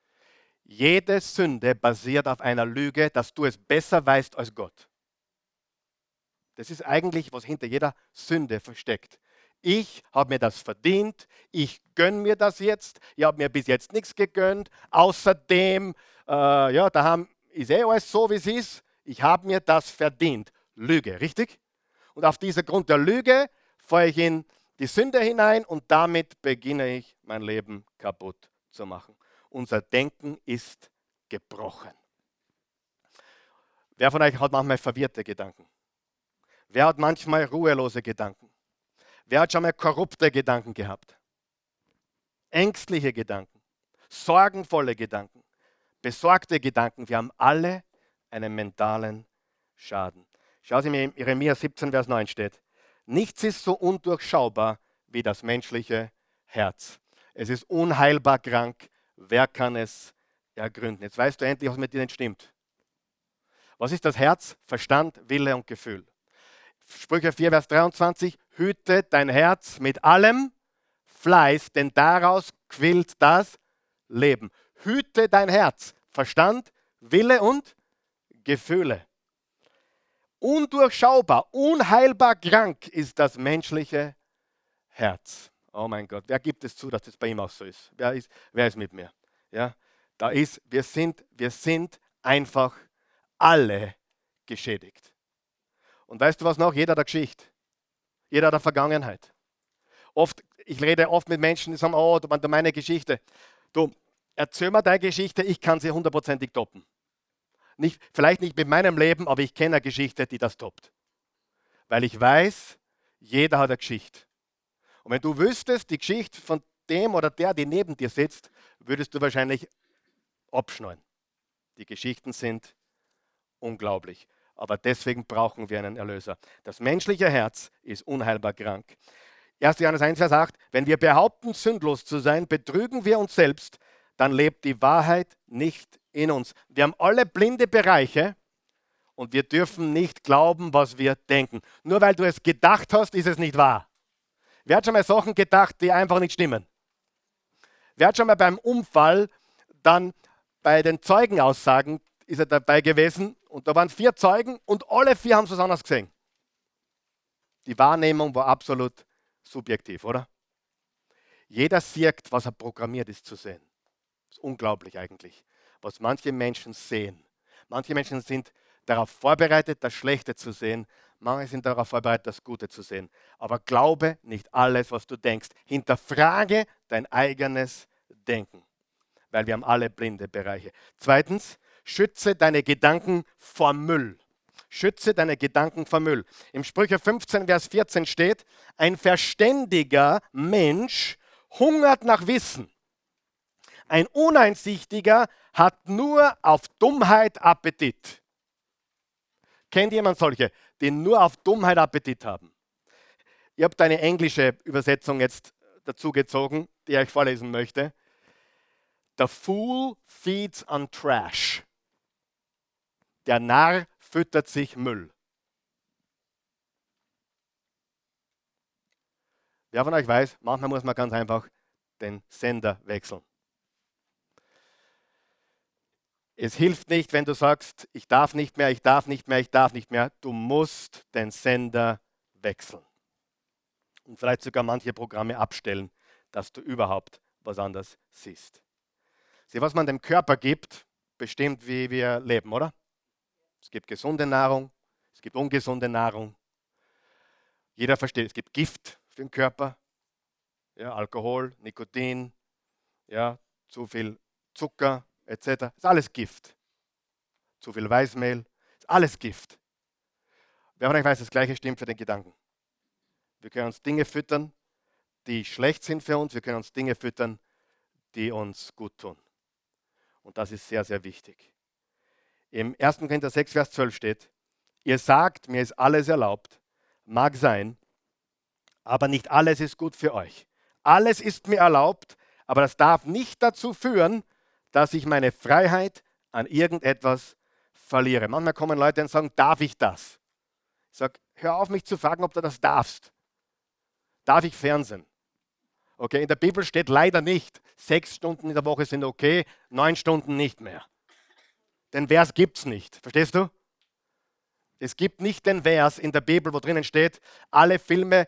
Jede Sünde basiert auf einer Lüge, dass du es besser weißt als Gott. Das ist eigentlich, was hinter jeder Sünde versteckt. Ich habe mir das verdient, ich gönne mir das jetzt, ich habe mir bis jetzt nichts gegönnt, außerdem, ja, daheim ist eh alles so, wie es ist, ich habe mir das verdient. Lüge, richtig? Und auf dieser Grund der Lüge fahre ich in die Sünde hinein und damit beginne ich mein Leben kaputt zu machen. Unser Denken ist gebrochen. Wer von euch hat manchmal verwirrte Gedanken? Wer hat manchmal ruhelose Gedanken? Wer hat schon mal korrupte Gedanken gehabt? Ängstliche Gedanken, sorgenvolle Gedanken, besorgte Gedanken. Wir haben alle einen mentalen Schaden. Schau sie mir in Jeremia 17, Vers 9 steht. Nichts ist so undurchschaubar wie das menschliche Herz. Es ist unheilbar krank. Wer kann es ergründen? Jetzt weißt du endlich, was mit dir nicht stimmt. Was ist das Herz? Verstand, Wille und Gefühl. Sprüche 4, Vers 23. Hüte dein Herz mit allem Fleiß, denn daraus quillt das Leben. Hüte dein Herz. Verstand, Wille und Gefühle. Undurchschaubar, unheilbar krank ist das menschliche Herz. Oh mein Gott, wer gibt es zu, dass das bei ihm auch so ist? Wer ist mit mir? Ja, wir sind einfach alle geschädigt. Und weißt du was noch? Jeder der Geschichte, jeder der Vergangenheit. Ich rede oft mit Menschen, die sagen, oh, du meine Geschichte. Du, erzähl mir deine Geschichte, ich kann sie hundertprozentig toppen. Vielleicht nicht mit meinem Leben, aber ich kenne eine Geschichte, die das toppt. Weil ich weiß, jeder hat eine Geschichte. Und wenn du wüsstest, die Geschichte von dem oder der, die neben dir sitzt, würdest du wahrscheinlich abschneiden. Die Geschichten sind unglaublich. Aber deswegen brauchen wir einen Erlöser. Das menschliche Herz ist unheilbar krank. 1. Johannes 1, Vers 8. Wenn wir behaupten, sündlos zu sein, betrügen wir uns selbst, dann lebt die Wahrheit nicht in uns. Wir haben alle blinde Bereiche und wir dürfen nicht glauben, was wir denken. Nur weil du es gedacht hast, ist es nicht wahr. Wer hat schon mal Sachen gedacht, die einfach nicht stimmen? Wer hat schon mal beim Unfall dann bei den Zeugenaussagen ist er dabei gewesen und da waren 4 Zeugen und alle 4 haben es was anderes gesehen. Die Wahrnehmung war absolut subjektiv, oder? Jeder sieht, was er programmiert ist zu sehen. Das ist unglaublich eigentlich, was manche Menschen sehen. Manche Menschen sind darauf vorbereitet, das Schlechte zu sehen. Manche sind darauf vorbereitet, das Gute zu sehen. Aber glaube nicht alles, was du denkst. Hinterfrage dein eigenes Denken, weil wir haben alle blinde Bereiche. Zweitens, schütze deine Gedanken vor Müll. Schütze deine Gedanken vor Müll. Im Sprüche 15, Vers 14 steht, ein verständiger Mensch hungert nach Wissen. Ein Uneinsichtiger hat nur auf Dummheit Appetit. Kennt jemand solche, die nur auf Dummheit Appetit haben? Ich habe da eine englische Übersetzung jetzt dazu gezogen, die ich euch vorlesen möchte. The fool feeds on trash. Der Narr füttert sich Müll. Wer von euch weiß, manchmal muss man ganz einfach den Sender wechseln. Es hilft nicht, wenn du sagst, ich darf nicht mehr, ich darf nicht mehr, ich darf nicht mehr. Du musst den Sender wechseln. Und vielleicht sogar manche Programme abstellen, dass du überhaupt was anderes siehst. Sieh, was man dem Körper gibt, bestimmt, wie wir leben, oder? Es gibt gesunde Nahrung, es gibt ungesunde Nahrung. Jeder versteht, es gibt Gift für den Körper, ja, Alkohol, Nikotin, ja, zu viel Zucker etc. Ist alles Gift. Zu viel Weißmehl, ist alles Gift. Wer von euch weiß, das Gleiche stimmt für den Gedanken. Wir können uns Dinge füttern, die schlecht sind für uns. Wir können uns Dinge füttern, die uns gut tun. Und das ist sehr, sehr wichtig. Im 1. Korinther 6, Vers 12 steht, ihr sagt, mir ist alles erlaubt, mag sein, aber nicht alles ist gut für euch. Alles ist mir erlaubt, aber das darf nicht dazu führen, dass ich meine Freiheit an irgendetwas verliere. Manchmal kommen Leute und sagen, darf ich das? Ich sage, hör auf mich zu fragen, ob du das darfst. Darf ich Fernsehen? Okay, in der Bibel steht leider nicht, 6 Stunden in der Woche sind okay, 9 Stunden nicht mehr. Den Vers gibt es nicht. Verstehst du? Es gibt nicht den Vers in der Bibel, wo drinnen steht, alle Filme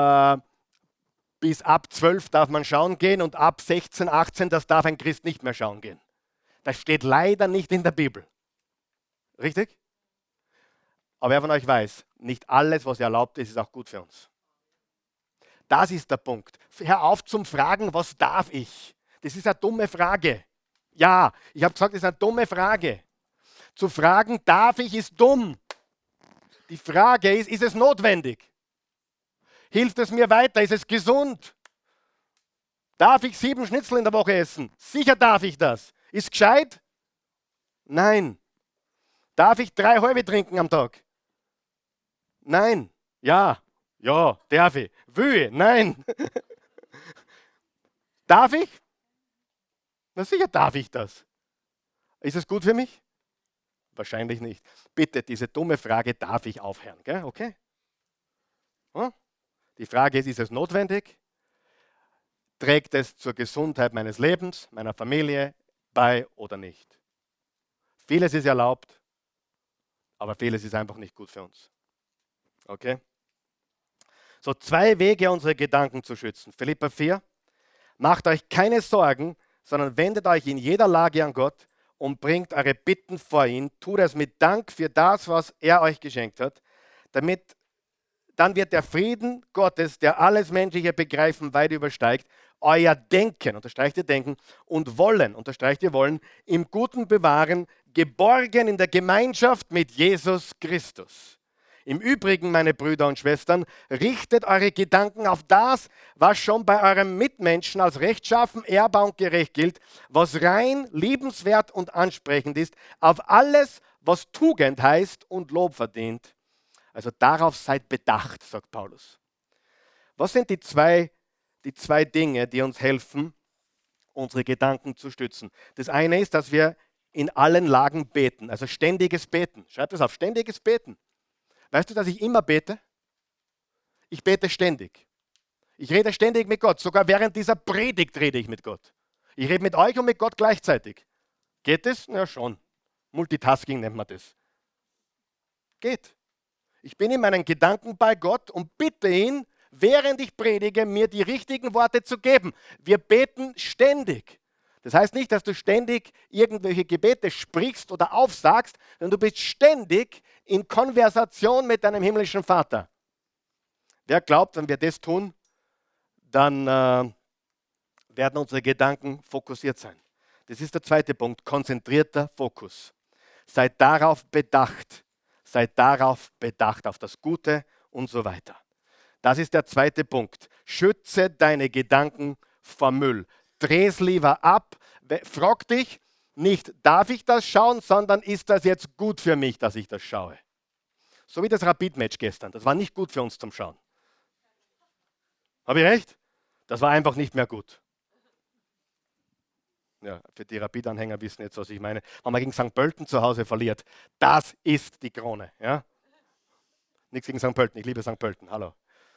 bis ab 12 darf man schauen gehen und ab 16, 18, das darf ein Christ nicht mehr schauen gehen. Das steht leider nicht in der Bibel. Richtig? Aber wer von euch weiß, nicht alles, was erlaubt ist, ist auch gut für uns. Das ist der Punkt. Hör auf zum Fragen, was darf ich? Das ist eine dumme Frage. Ja, ich habe gesagt, das ist eine dumme Frage. Zu fragen, darf ich, ist dumm. Die Frage ist es notwendig? Hilft es mir weiter? Ist es gesund? Darf ich 7 Schnitzel in der Woche essen? Sicher darf ich das. Ist gescheit? Nein. Darf ich 3 halbe trinken am Tag? Nein. Ja. Ja, darf ich. Will ich? Nein. Darf ich? Na sicher darf ich das. Ist es gut für mich? Wahrscheinlich nicht. Bitte, diese dumme Frage darf ich aufhören, gell? Okay? Hm? Die Frage ist es notwendig? Trägt es zur Gesundheit meines Lebens, meiner Familie bei oder nicht? Vieles ist erlaubt, aber vieles ist einfach nicht gut für uns. Okay? So 2 Wege, unsere Gedanken zu schützen. Philipper 4. Macht euch keine Sorgen, sondern wendet euch in jeder Lage an Gott und bringt eure Bitten vor ihn. Tut es mit Dank für das, was er euch geschenkt hat. Dann wird der Frieden Gottes, der alles menschliche Begreifen weit übersteigt, euer Denken, unterstreicht ihr Denken, und Wollen, unterstreicht ihr Wollen, im Guten bewahren, geborgen in der Gemeinschaft mit Jesus Christus. Im Übrigen, meine Brüder und Schwestern, richtet eure Gedanken auf das, was schon bei eurem Mitmenschen als rechtschaffen, ehrbar und gerecht gilt, was rein, liebenswert und ansprechend ist, auf alles, was Tugend heißt und Lob verdient. Also darauf seid bedacht, sagt Paulus. Was sind die zwei Dinge, die uns helfen, unsere Gedanken zu stützen? Das eine ist, dass wir in allen Lagen beten, also ständiges Beten. Schreibt das auf, ständiges Beten. Weißt du, dass ich immer bete? Ich bete ständig. Ich rede ständig mit Gott. Sogar während dieser Predigt rede ich mit Gott. Ich rede mit euch und mit Gott gleichzeitig. Geht es? Ja, schon. Multitasking nennt man das. Geht. Ich bin in meinen Gedanken bei Gott und bitte ihn, während ich predige, mir die richtigen Worte zu geben. Wir beten ständig. Das heißt nicht, dass du ständig irgendwelche Gebete sprichst oder aufsagst, sondern du bist ständig in Konversation mit deinem himmlischen Vater. Wer glaubt, wenn wir das tun, dann werden unsere Gedanken fokussiert sein. Das ist der zweite Punkt, konzentrierter Fokus. Seid darauf bedacht, auf das Gute und so weiter. Das ist der zweite Punkt. Schütze deine Gedanken vor Müll. Dreh es lieber ab. Frag dich nicht, darf ich das schauen, sondern ist das jetzt gut für mich, dass ich das schaue? So wie das Rapid-Match gestern. Das war nicht gut für uns zum Schauen. Habe ich recht? Das war einfach nicht mehr gut. Ja, für die Rapid-Anhänger wissen jetzt, was ich meine. Wenn man gegen St. Pölten zu Hause verliert, das ist die Krone. Ja? Nichts gegen St. Pölten, ich liebe St. Pölten. Hallo.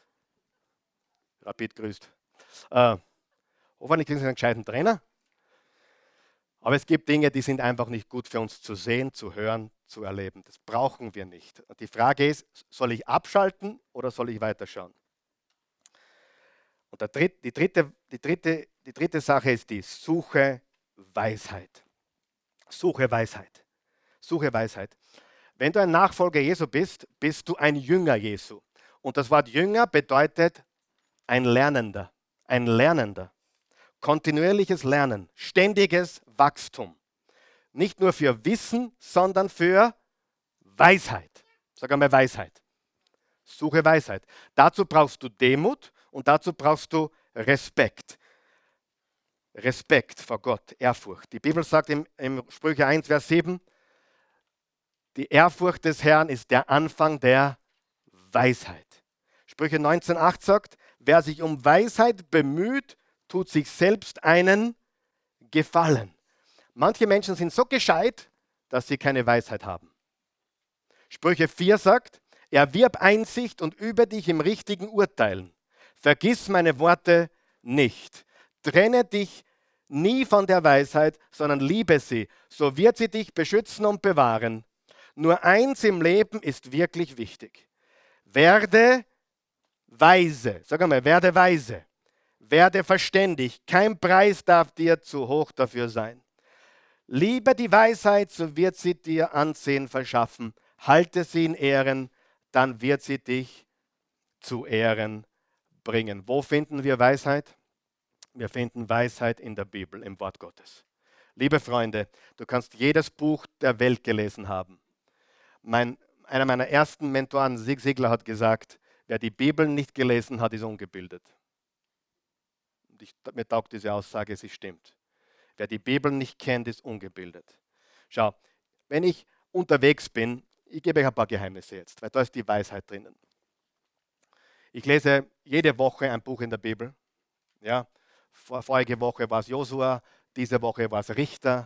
Rapid grüßt. Hoffentlich kriegen Sie einen gescheiten Trainer. Aber es gibt Dinge, die sind einfach nicht gut für uns zu sehen, zu hören, zu erleben. Das brauchen wir nicht. Und die Frage ist, soll ich abschalten oder soll ich weiterschauen? Und die dritte Sache ist die Suche Weisheit. Suche Weisheit. Suche Weisheit. Wenn du ein Nachfolger Jesu bist, bist du ein Jünger Jesu. Und das Wort Jünger bedeutet ein Lernender. Ein Lernender. Kontinuierliches Lernen. Ständiges Wachstum. Nicht nur für Wissen, sondern für Weisheit. Sag einmal Weisheit. Suche Weisheit. Dazu brauchst du Demut und dazu brauchst du Respekt. Respekt vor Gott, Ehrfurcht. Die Bibel sagt im Sprüche 1, Vers 7, die Ehrfurcht des Herrn ist der Anfang der Weisheit. Sprüche 19,8 sagt, wer sich um Weisheit bemüht, tut sich selbst einen Gefallen. Manche Menschen sind so gescheit, dass sie keine Weisheit haben. Sprüche 4 sagt, erwirb Einsicht und übe dich im richtigen Urteilen. Vergiss meine Worte nicht. Trenne dich nie von der Weisheit, sondern liebe sie. So wird sie dich beschützen und bewahren. Nur eins im Leben ist wirklich wichtig. Werde weise. Sag einmal, werde weise. Werde verständig. Kein Preis darf dir zu hoch dafür sein. Liebe die Weisheit, so wird sie dir Ansehen verschaffen. Halte sie in Ehren, dann wird sie dich zu Ehren bringen. Wo finden wir Weisheit? Wir finden Weisheit in der Bibel, im Wort Gottes. Liebe Freunde, du kannst jedes Buch der Welt gelesen haben. Einer meiner ersten Mentoren, Zig Ziglar, hat gesagt, wer die Bibel nicht gelesen hat, ist ungebildet. Mir taugt diese Aussage, sie stimmt. Wer die Bibel nicht kennt, ist ungebildet. Schau, wenn ich unterwegs bin, ich gebe euch ein paar Geheimnisse jetzt, weil da ist die Weisheit drinnen. Ich lese jede Woche ein Buch in der Bibel. Ja, vorige Woche war es Josua, diese Woche war es Richter.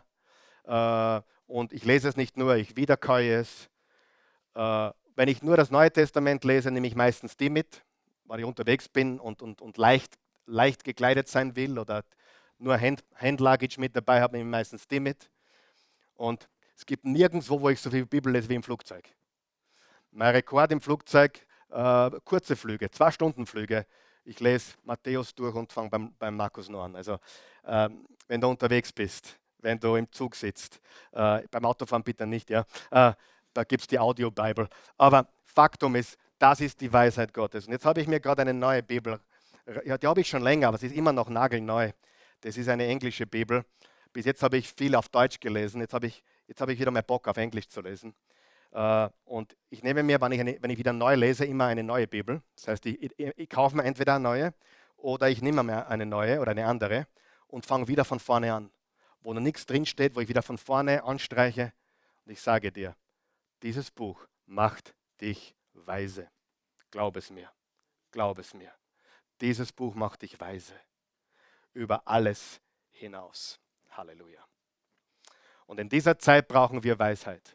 Und ich lese es nicht nur, ich wiederkäue es. Wenn ich nur das Neue Testament lese, nehme ich meistens die mit, weil ich unterwegs bin und leicht gekleidet sein will oder nur Handluggage mit dabei habe, nehme ich meistens die mit. Und es gibt nirgendwo, wo ich so viel Bibel lese wie im Flugzeug. Mein Rekord im Flugzeug, kurze Flüge, 2-Stunden-Flüge. Ich lese Matthäus durch und fange beim Markus noch an. Also wenn du unterwegs bist, wenn du im Zug sitzt, beim Autofahren bitte nicht, ja, da gibt es die Audio-Bible. Aber Faktum ist, das ist die Weisheit Gottes. Und jetzt habe ich mir gerade eine neue Bibel, ja, die habe ich schon länger, aber sie ist immer noch nagelneu. Das ist eine englische Bibel. Bis jetzt habe ich viel auf Deutsch gelesen. Jetzt habe ich wieder mal Bock auf Englisch zu lesen. Und ich nehme mir, wenn ich wieder neu lese, immer eine neue Bibel. Das heißt, ich kaufe mir entweder eine neue oder ich nehme mir eine neue oder eine andere und fange wieder von vorne an. Wo noch nichts drinsteht, wo ich wieder von vorne anstreiche. Und ich sage dir, dieses Buch macht dich weise. Glaub es mir. Glaub es mir. Dieses Buch macht dich weise. Über alles hinaus. Halleluja. Und in dieser Zeit brauchen wir Weisheit.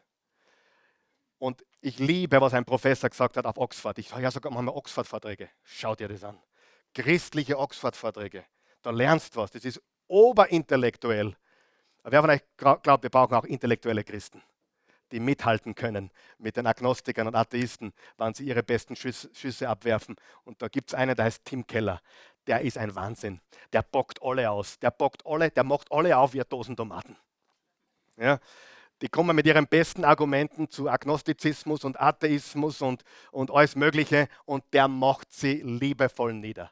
Und ich liebe, was ein Professor gesagt hat auf Oxford. Ich sage ja sogar mal Oxford-Vorträge. Schau dir das an. Christliche Oxford-Vorträge. Da lernst du was. Das ist oberintellektuell. Aber wer von euch glaubt, wir brauchen auch intellektuelle Christen, die mithalten können mit den Agnostikern und Atheisten, wann sie ihre besten Schüsse abwerfen. Und da gibt es einen, der heißt Tim Keller. Der ist ein Wahnsinn. Der bockt alle aus. Der macht alle auf wie eine Dosen Tomaten. Ja? Die kommen mit ihren besten Argumenten zu Agnostizismus und Atheismus und alles Mögliche und der macht sie liebevoll nieder.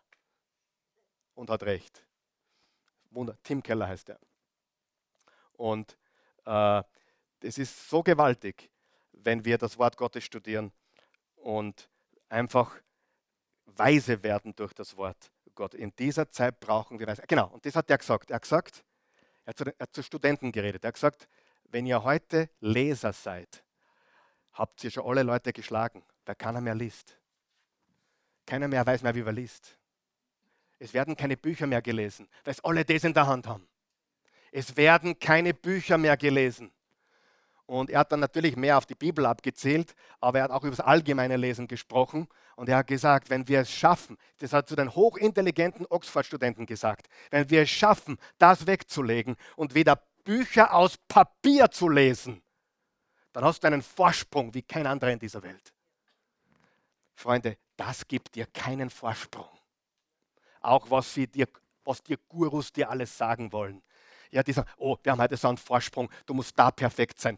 Und hat recht. Wunder, Tim Keller heißt er. Und das ist so gewaltig, wenn wir das Wort Gottes studieren und einfach weise werden durch das Wort Gott. In dieser Zeit brauchen wir Weisheit. Genau, und das hat er gesagt. Er hat zu Studenten geredet. Er hat gesagt, wenn ihr heute Leser seid, habt ihr schon alle Leute geschlagen, weil keiner mehr liest. Keiner mehr weiß mehr, wie man liest. Es werden keine Bücher mehr gelesen, weil es alle das in der Hand haben. Es werden keine Bücher mehr gelesen. Und er hat dann natürlich mehr auf die Bibel abgezählt, aber er hat auch über das allgemeine Lesen gesprochen. Und er hat gesagt, wenn wir es schaffen, das hat zu den hochintelligenten Oxford-Studenten gesagt, wenn wir es schaffen, das wegzulegen und wieder Bücher aus Papier zu lesen, dann hast du einen Vorsprung wie kein anderer in dieser Welt. Freunde, das gibt dir keinen Vorsprung. Auch was dir Gurus dir alles sagen wollen. Ja, die sagen, oh, wir haben heute so einen Vorsprung, du musst da perfekt sein.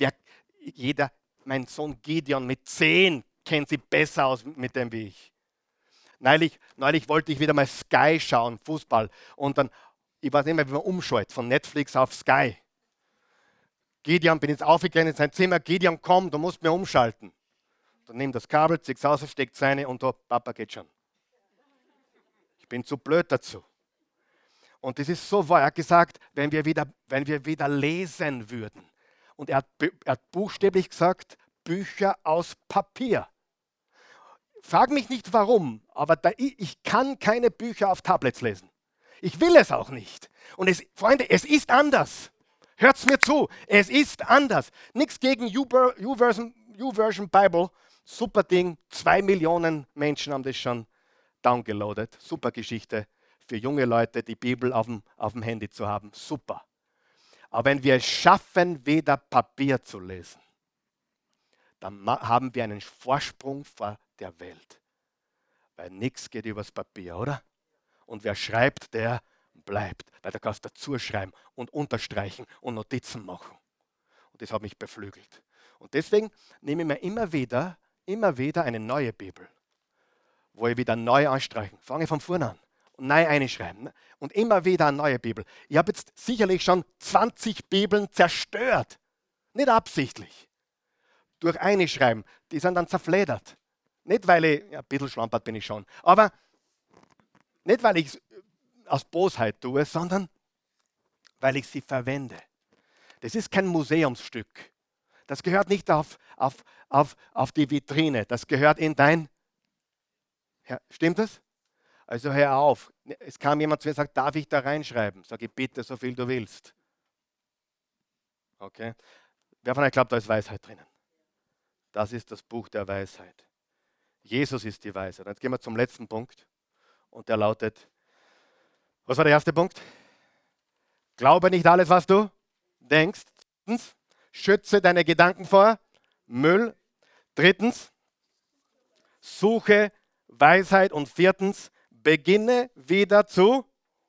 Mein Sohn Gideon mit 10 kennt sie besser aus mit dem wie ich. Neulich wollte ich wieder mal Sky schauen, Fußball. Und dann, ich weiß nicht mehr, wie man umschaltet, von Netflix auf Sky. Gideon, bin jetzt aufgegangen in sein Zimmer, Gideon, komm, du musst mir umschalten. Dann nimm das Kabel, zieh's aus, steckt seine und da, Papa geht schon. Ich bin zu blöd dazu. Und das ist so wahr. Er hat gesagt, wenn wir wieder lesen würden. Und er hat buchstäblich gesagt, Bücher aus Papier. Frag mich nicht warum, aber ich kann keine Bücher auf Tablets lesen. Ich will es auch nicht. Und Freunde, es ist anders. Hört's mir zu, es ist anders. Nichts gegen YouVersion Bible. Super Ding, 2 Millionen Menschen haben das schon downgeloadet. Super Geschichte. Für junge Leute die Bibel auf dem Handy zu haben. Super. Aber wenn wir es schaffen, wieder Papier zu lesen, dann haben wir einen Vorsprung vor der Welt. Weil nichts geht übers Papier, oder? Und wer schreibt, der bleibt. Weil da kannst du dazu schreiben und unterstreichen und Notizen machen. Und das hat mich beflügelt. Und deswegen nehme ich mir immer wieder eine neue Bibel, wo ich wieder neu anstreichen. Fange von vorne an und neu einschreiben. Und immer wieder eine neue Bibel. Ich habe jetzt sicherlich schon 20 Bibeln zerstört. Nicht absichtlich. Durch Einschreiben. Die sind dann zerfledert. Nicht, weil ich, ja, ein bisschen schlampert bin ich schon, aber nicht, weil ich es aus Bosheit tue, sondern weil ich sie verwende. Das ist kein Museumsstück. Das gehört nicht auf die Vitrine. Das gehört in dein... Ja, stimmt das? Also hör auf. Es kam jemand zu mir und sagt, darf ich da reinschreiben? Sag ich, bitte, so viel du willst. Okay? Wer von euch glaubt, da ist Weisheit drinnen? Das ist das Buch der Weisheit. Jesus ist die Weisheit. Jetzt gehen wir zum letzten Punkt. Und der lautet, was war der erste Punkt? Glaube nicht alles, was du denkst. Zweitens, schütze deine Gedanken vor Müll. Drittens, suche Weisheit. Und viertens, beginne wieder zu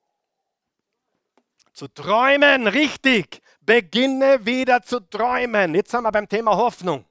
träumen. Richtig, beginne wieder zu träumen. Jetzt sind wir beim Thema Hoffnung.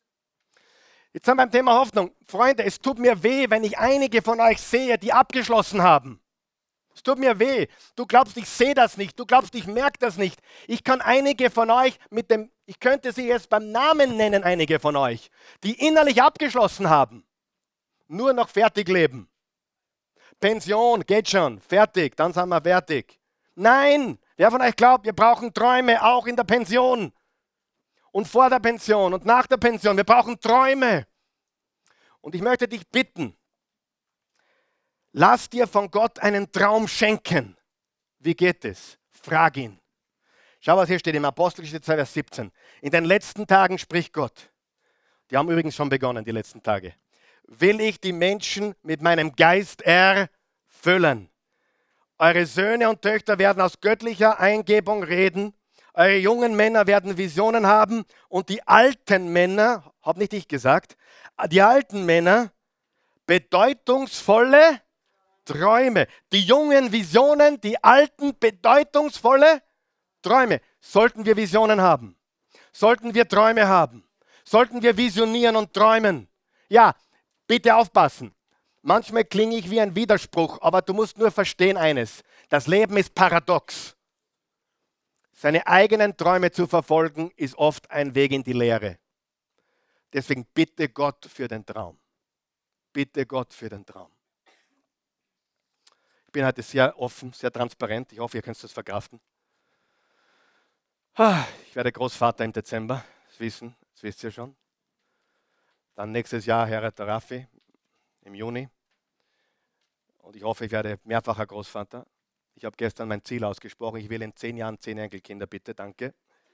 Freunde, es tut mir weh, wenn ich einige von euch sehe, die abgeschlossen haben. Es tut mir weh. Du glaubst, ich sehe das nicht. Du glaubst, ich merke das nicht. Ich kann einige von euch ich könnte sie jetzt beim Namen nennen, einige von euch, die innerlich abgeschlossen haben. Nur noch fertig leben. Pension, geht schon, fertig, dann sind wir fertig. Nein, wer von euch glaubt, wir brauchen Träume auch in der Pension. Und vor der Pension und nach der Pension. Wir brauchen Träume. Und ich möchte dich bitten, lass dir von Gott einen Traum schenken. Wie geht es? Frag ihn. Schau, was hier steht im Apostelgeschichte 2, Vers 17. In den letzten Tagen spricht Gott. Die haben übrigens schon begonnen, die letzten Tage. Will ich die Menschen mit meinem Geist erfüllen. Eure Söhne und Töchter werden aus göttlicher Eingebung reden. Eure jungen Männer werden Visionen haben und die alten Männer, habe nicht ich gesagt, die alten Männer bedeutungsvolle Träume. Die jungen Visionen, die alten bedeutungsvolle Träume. Sollten wir Visionen haben? Sollten wir Träume haben? Sollten wir visionieren und träumen? Ja, bitte aufpassen. Manchmal klinge ich wie ein Widerspruch, aber du musst nur verstehen eines. Das Leben ist paradox. Seine eigenen Träume zu verfolgen, ist oft ein Weg in die Leere. Deswegen bitte Gott für den Traum. Bitte Gott für den Traum. Ich bin heute sehr offen, sehr transparent. Ich hoffe, ihr könnt das verkraften. Ich werde Großvater im Dezember, das wisst ihr schon. Dann nächstes Jahr heiratet der Raffi im Juni. Und ich hoffe, ich werde mehrfacher Großvater. Ich habe gestern mein Ziel ausgesprochen. Ich will in 10 Jahren 10 Enkelkinder, bitte, danke.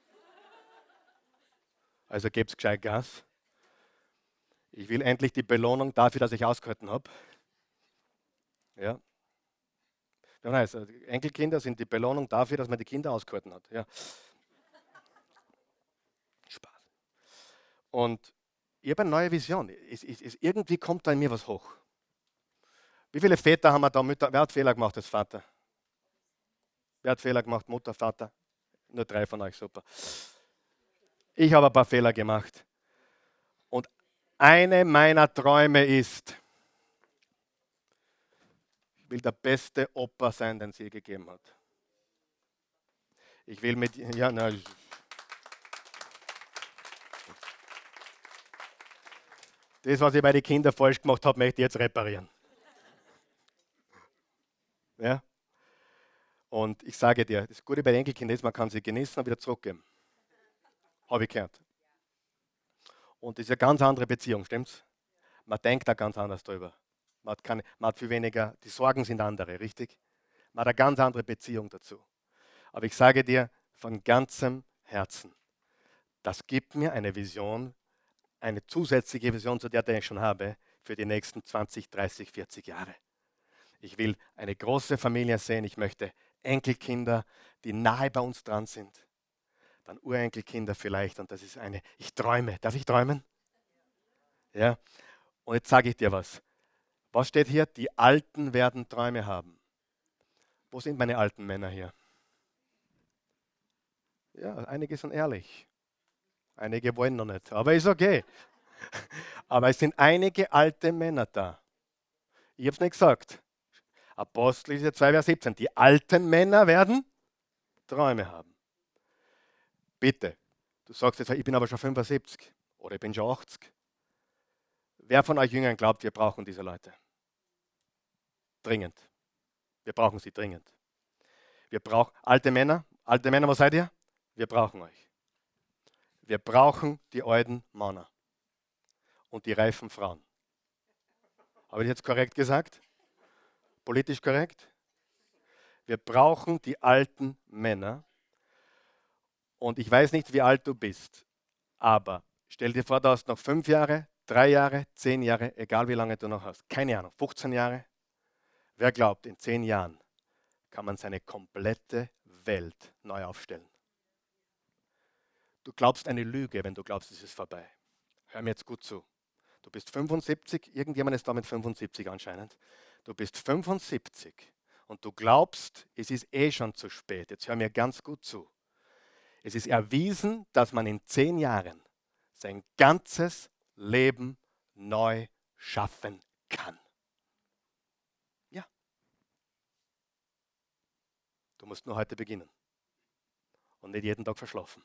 Also gebt's gescheit Gas. Ich will endlich die Belohnung dafür, dass ich ausgehalten habe. Ja. Also Enkelkinder sind die Belohnung dafür, dass man die Kinder ausgehalten hat. Ja. Spaß. Und ich habe eine neue Vision. Irgendwie kommt da in mir was hoch. Wie viele Väter haben wir da? Mütter? Wer hat Fehler gemacht als Vater? Wer hat Fehler gemacht? Mutter, Vater? Nur 3 von euch, super. Ich habe ein paar Fehler gemacht. Und eine meiner Träume ist, ich will der beste Opa sein, den es je gegeben hat. Ich will mit, ja, na, das, was ich bei den Kindern falsch gemacht habe, möchte ich jetzt reparieren. Ja? Und ich sage dir, das Gute bei den Enkelkindern ist, man kann sie genießen und wieder zurückgeben. Habe ich gehört. Und das ist eine ganz andere Beziehung, stimmt's? Man denkt da ganz anders drüber. Man hat viel weniger, die Sorgen sind andere, richtig? Man hat eine ganz andere Beziehung dazu. Aber ich sage dir von ganzem Herzen, das gibt mir eine Vision, eine zusätzliche Vision zu der, die ich schon habe, für die nächsten 20, 30, 40 Jahre. Ich will eine große Familie sehen. Ich möchte Enkelkinder, die nahe bei uns dran sind. Dann Urenkelkinder vielleicht. Und das ist ich träume. Darf ich träumen? Ja? Und jetzt sage ich dir was. Was steht hier? Die Alten werden Träume haben. Wo sind meine alten Männer hier? Ja, einige sind ehrlich. Einige wollen noch nicht, aber ist okay. Aber es sind einige alte Männer da. Ich habe es nicht gesagt. Apostel 2, Vers 17. Die alten Männer werden Träume haben. Bitte. Du sagst jetzt, ich bin aber schon 75 oder ich bin schon 80. Wer von euch Jüngern glaubt, wir brauchen diese Leute? Dringend. Wir brauchen sie dringend. Wir brauchen alte Männer, was seid ihr? Wir brauchen euch. Wir brauchen die alten Männer und die reifen Frauen. Habe ich jetzt korrekt gesagt? Politisch korrekt? Wir brauchen die alten Männer. Und ich weiß nicht, wie alt du bist, aber stell dir vor, du hast noch 5 Jahre, 3 Jahre, 10 Jahre, egal wie lange du noch hast. Keine Ahnung, 15 Jahre. Wer glaubt, in 10 Jahren kann man seine komplette Welt neu aufstellen? Du glaubst eine Lüge, wenn du glaubst, es ist vorbei. Hör mir jetzt gut zu. Du bist 75, irgendjemand ist da mit 75 anscheinend. Du bist 75 und du glaubst, es ist eh schon zu spät. Jetzt hör mir ganz gut zu. Es ist erwiesen, dass man in 10 Jahren sein ganzes Leben neu schaffen kann. Ja, du musst nur heute beginnen und nicht jeden Tag verschlafen.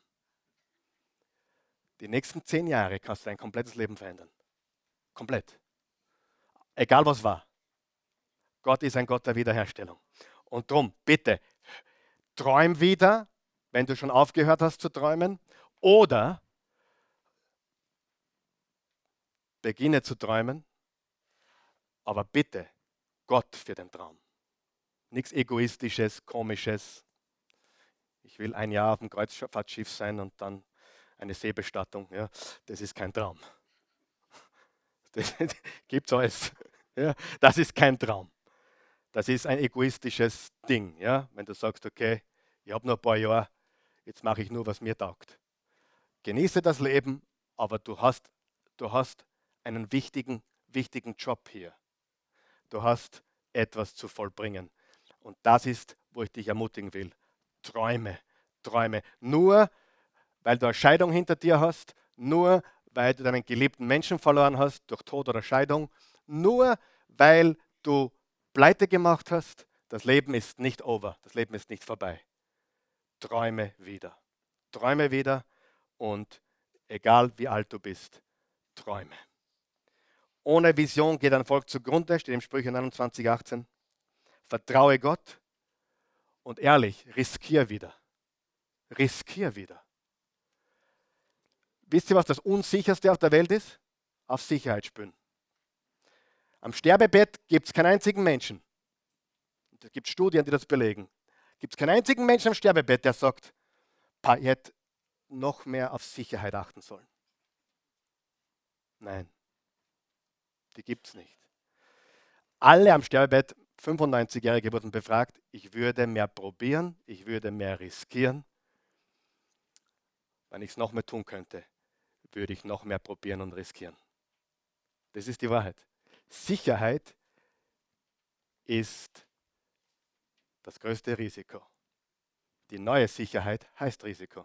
Die nächsten 10 Jahre kannst du dein komplettes Leben verändern. Komplett. Egal was war. Gott ist ein Gott der Wiederherstellung. Und darum, bitte, träum wieder, wenn du schon aufgehört hast zu träumen, oder beginne zu träumen, aber bitte Gott für den Traum. Nichts Egoistisches, Komisches. Ich will 1 Jahr auf dem Kreuzfahrtschiff sein und dann eine Seebestattung. Ja, das ist kein Traum. Das gibt's alles. Ja, das ist kein Traum. Das ist ein egoistisches Ding. Ja, wenn du sagst, okay, ich habe noch ein paar Jahre, jetzt mache ich nur, was mir taugt. Genieße das Leben, aber du hast einen wichtigen Job hier. Du hast etwas zu vollbringen. Und das ist, wo ich dich ermutigen will. Träume, Träume. Nur weil du eine Scheidung hinter dir hast, nur weil du deinen geliebten Menschen verloren hast durch Tod oder Scheidung, nur weil du Pleite gemacht hast, das Leben ist nicht over, das Leben ist nicht vorbei. Träume wieder. Träume wieder und egal wie alt du bist, träume. Ohne Vision geht ein Volk zugrunde, steht im Sprüche 29, 18. Vertraue Gott und ehrlich, riskier wieder. Riskier wieder. Wisst ihr, was das Unsicherste auf der Welt ist? Auf Sicherheit spielen. Am Sterbebett gibt es keinen einzigen Menschen. Es gibt Studien, die das belegen. Gibt es keinen einzigen Menschen am Sterbebett, der sagt, ich hätte noch mehr auf Sicherheit achten sollen. Nein, die gibt es nicht. Alle am Sterbebett, 95-Jährige wurden befragt, ich würde mehr probieren, ich würde mehr riskieren. Wenn ich es noch mehr tun könnte, würde ich noch mehr probieren und riskieren. Das ist die Wahrheit. Sicherheit ist das größte Risiko. Die neue Sicherheit heißt Risiko.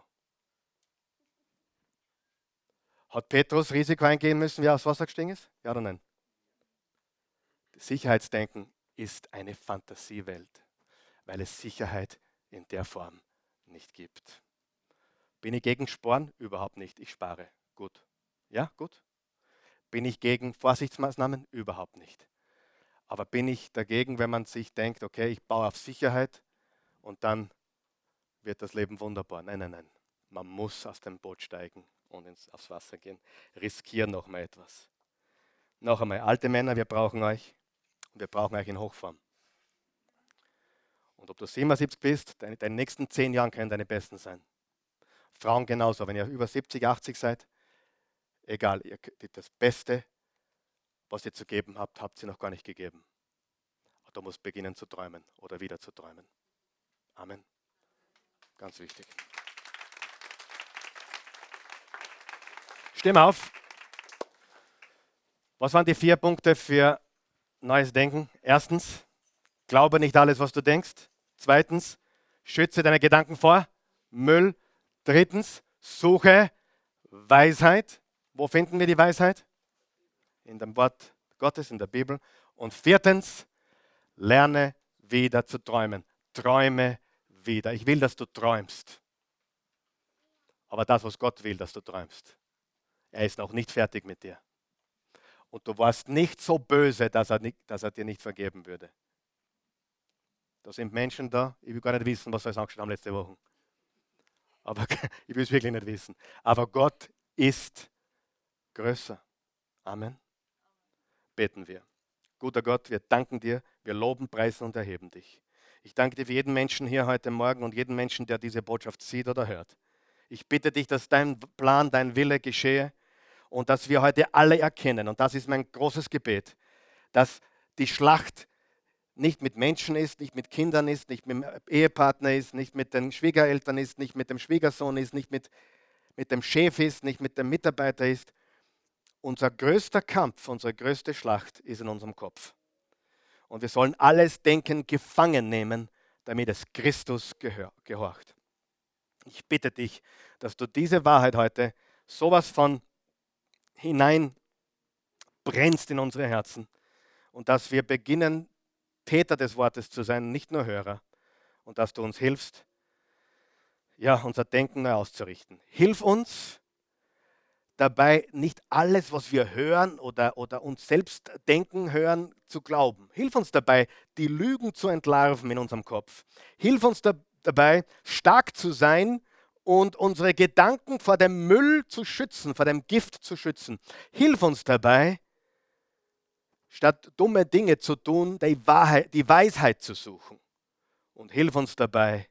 Hat Petrus Risiko eingehen müssen, wie er aufs Wasser gestiegen ist? Ja oder nein? Das Sicherheitsdenken ist eine Fantasiewelt, weil es Sicherheit in der Form nicht gibt. Bin ich gegen Sparen? Überhaupt nicht. Ich spare. Gut. Ja, gut. Bin ich gegen Vorsichtsmaßnahmen? Überhaupt nicht. Aber bin ich dagegen, wenn man sich denkt, okay, ich baue auf Sicherheit und dann wird das Leben wunderbar? Nein, nein, nein. Man muss aus dem Boot steigen und aufs Wasser gehen. Riskieren noch mal etwas. Noch einmal, alte Männer, wir brauchen euch und wir brauchen euch in Hochform. Und ob du 77 bist, deine nächsten 10 Jahren können deine besten sein. Frauen genauso, wenn ihr über 70, 80 seid, egal, das Beste, was ihr zu geben habt, habt ihr noch gar nicht gegeben. Du musst beginnen zu träumen oder wieder zu träumen. Amen. Ganz wichtig. Steh mal auf. Was waren die 4 Punkte für neues Denken? Erstens, glaube nicht alles, was du denkst. Zweitens, schütze deine Gedanken vor Müll. Drittens, suche Weisheit. Wo finden wir die Weisheit? In dem Wort Gottes, in der Bibel. Und viertens, lerne wieder zu träumen. Träume wieder. Ich will, dass du träumst. Aber das, was Gott will, dass du träumst. Er ist noch nicht fertig mit dir. Und du warst nicht so böse, dass er dir nicht vergeben würde. Da sind Menschen da, ich will gar nicht wissen, was wir uns angeschaut haben letzte Woche. Aber ich will es wirklich nicht wissen. Aber Gott ist größer. Amen. Beten wir. Guter Gott, wir danken dir, wir loben, preisen und erheben dich. Ich danke dir für jeden Menschen hier heute Morgen und jeden Menschen, der diese Botschaft sieht oder hört. Ich bitte dich, dass dein Plan, dein Wille geschehe und dass wir heute alle erkennen, und das ist mein großes Gebet, dass die Schlacht nicht mit Menschen ist, nicht mit Kindern ist, nicht mit dem Ehepartner ist, nicht mit den Schwiegereltern ist, nicht mit dem Schwiegersohn ist, nicht mit dem Chef ist, nicht mit dem Mitarbeiter ist. Unser größter Kampf, unsere größte Schlacht ist in unserem Kopf. Und wir sollen alles Denken gefangen nehmen, damit es Christus gehorcht. Ich bitte dich, dass du diese Wahrheit heute sowas von hineinbrennst in unsere Herzen und dass wir beginnen, Täter des Wortes zu sein, nicht nur Hörer. Und dass du uns hilfst, ja, unser Denken neu auszurichten. Hilf uns dabei, nicht alles, was wir hören oder uns selbst denken, hören, zu glauben. Hilf uns dabei, die Lügen zu entlarven in unserem Kopf. Hilf uns dabei, stark zu sein und unsere Gedanken vor dem Müll zu schützen, vor dem Gift zu schützen. Hilf uns dabei, statt dumme Dinge zu tun, die Weisheit zu suchen. Und hilf uns dabei,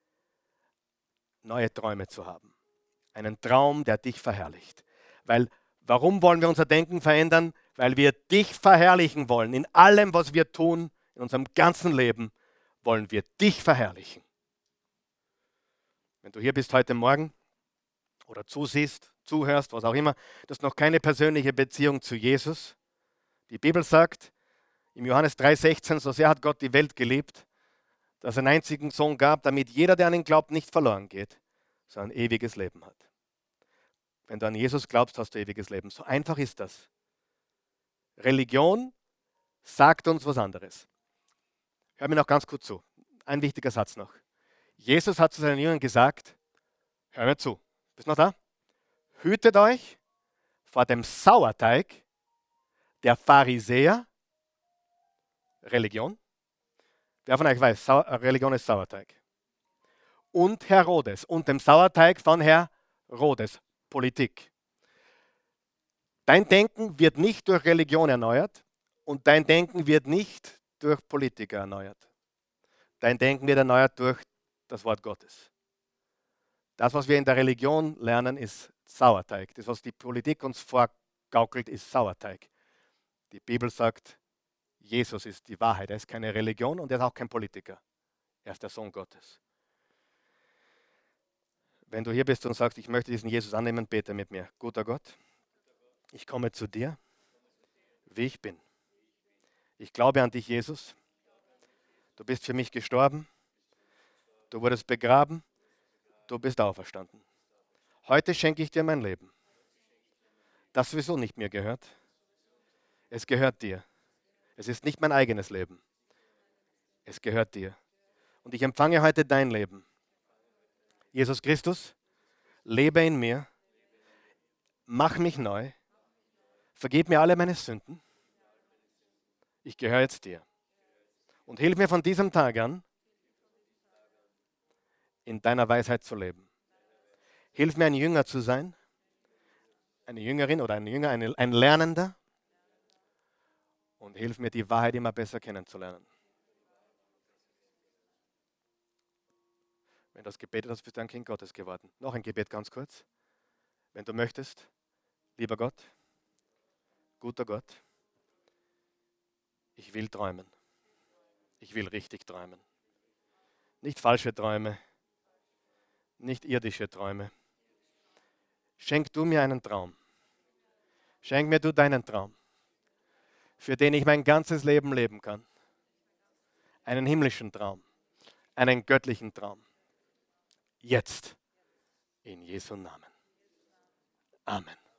neue Träume zu haben. Einen Traum, der dich verherrlicht. Weil, warum wollen wir unser Denken verändern? Weil wir dich verherrlichen wollen. In allem, was wir tun, in unserem ganzen Leben, wollen wir dich verherrlichen. Wenn du hier bist heute Morgen oder zusiehst, zuhörst, was auch immer, du hast noch keine persönliche Beziehung zu Jesus. Die Bibel sagt, im Johannes 3,16, so sehr hat Gott die Welt geliebt, dass er einen einzigen Sohn gab, damit jeder, der an ihn glaubt, nicht verloren geht, sondern ein ewiges Leben hat. Wenn du an Jesus glaubst, hast du ewiges Leben. So einfach ist das. Religion sagt uns was anderes. Hör mir noch ganz kurz zu. Ein wichtiger Satz noch. Jesus hat zu seinen Jüngern gesagt, hör mir zu. Bist du noch da? Hütet euch vor dem Sauerteig der Pharisäer, Religion. Wer von euch weiß, Religion ist Sauerteig. Und Herodes. Und dem Sauerteig von Herodes, Politik. Dein Denken wird nicht durch Religion erneuert und dein Denken wird nicht durch Politiker erneuert. Dein Denken wird erneuert durch das Wort Gottes. Das, was wir in der Religion lernen, ist Sauerteig. Das, was die Politik uns vorgaukelt, ist Sauerteig. Die Bibel sagt, Jesus ist die Wahrheit. Er ist keine Religion und er ist auch kein Politiker. Er ist der Sohn Gottes. Wenn du hier bist und sagst, ich möchte diesen Jesus annehmen, bete mit mir. Guter Gott, ich komme zu dir, wie ich bin. Ich glaube an dich, Jesus. Du bist für mich gestorben. Du wurdest begraben. Du bist auferstanden. Heute schenke ich dir mein Leben. Das sowieso nicht mir gehört. Es gehört dir. Es ist nicht mein eigenes Leben. Es gehört dir. Und ich empfange heute dein Leben. Jesus Christus, lebe in mir. Mach mich neu. Vergib mir alle meine Sünden. Ich gehöre jetzt dir. Und hilf mir von diesem Tag an, in deiner Weisheit zu leben. Hilf mir, ein Jünger zu sein, eine Jüngerin oder ein Jünger, ein Lernender. Und hilf mir, die Wahrheit immer besser kennenzulernen. Wenn du das gebetet hast, bist du ein Kind Gottes geworden. Noch ein Gebet ganz kurz. Wenn du möchtest, lieber Gott, guter Gott, ich will träumen. Ich will richtig träumen. Nicht falsche Träume, nicht irdische Träume. Schenk du mir einen Traum. Schenk mir du deinen Traum. für den ich mein ganzes Leben leben kann. Einen himmlischen Traum, einen göttlichen Traum. Jetzt, in Jesu Namen. Amen.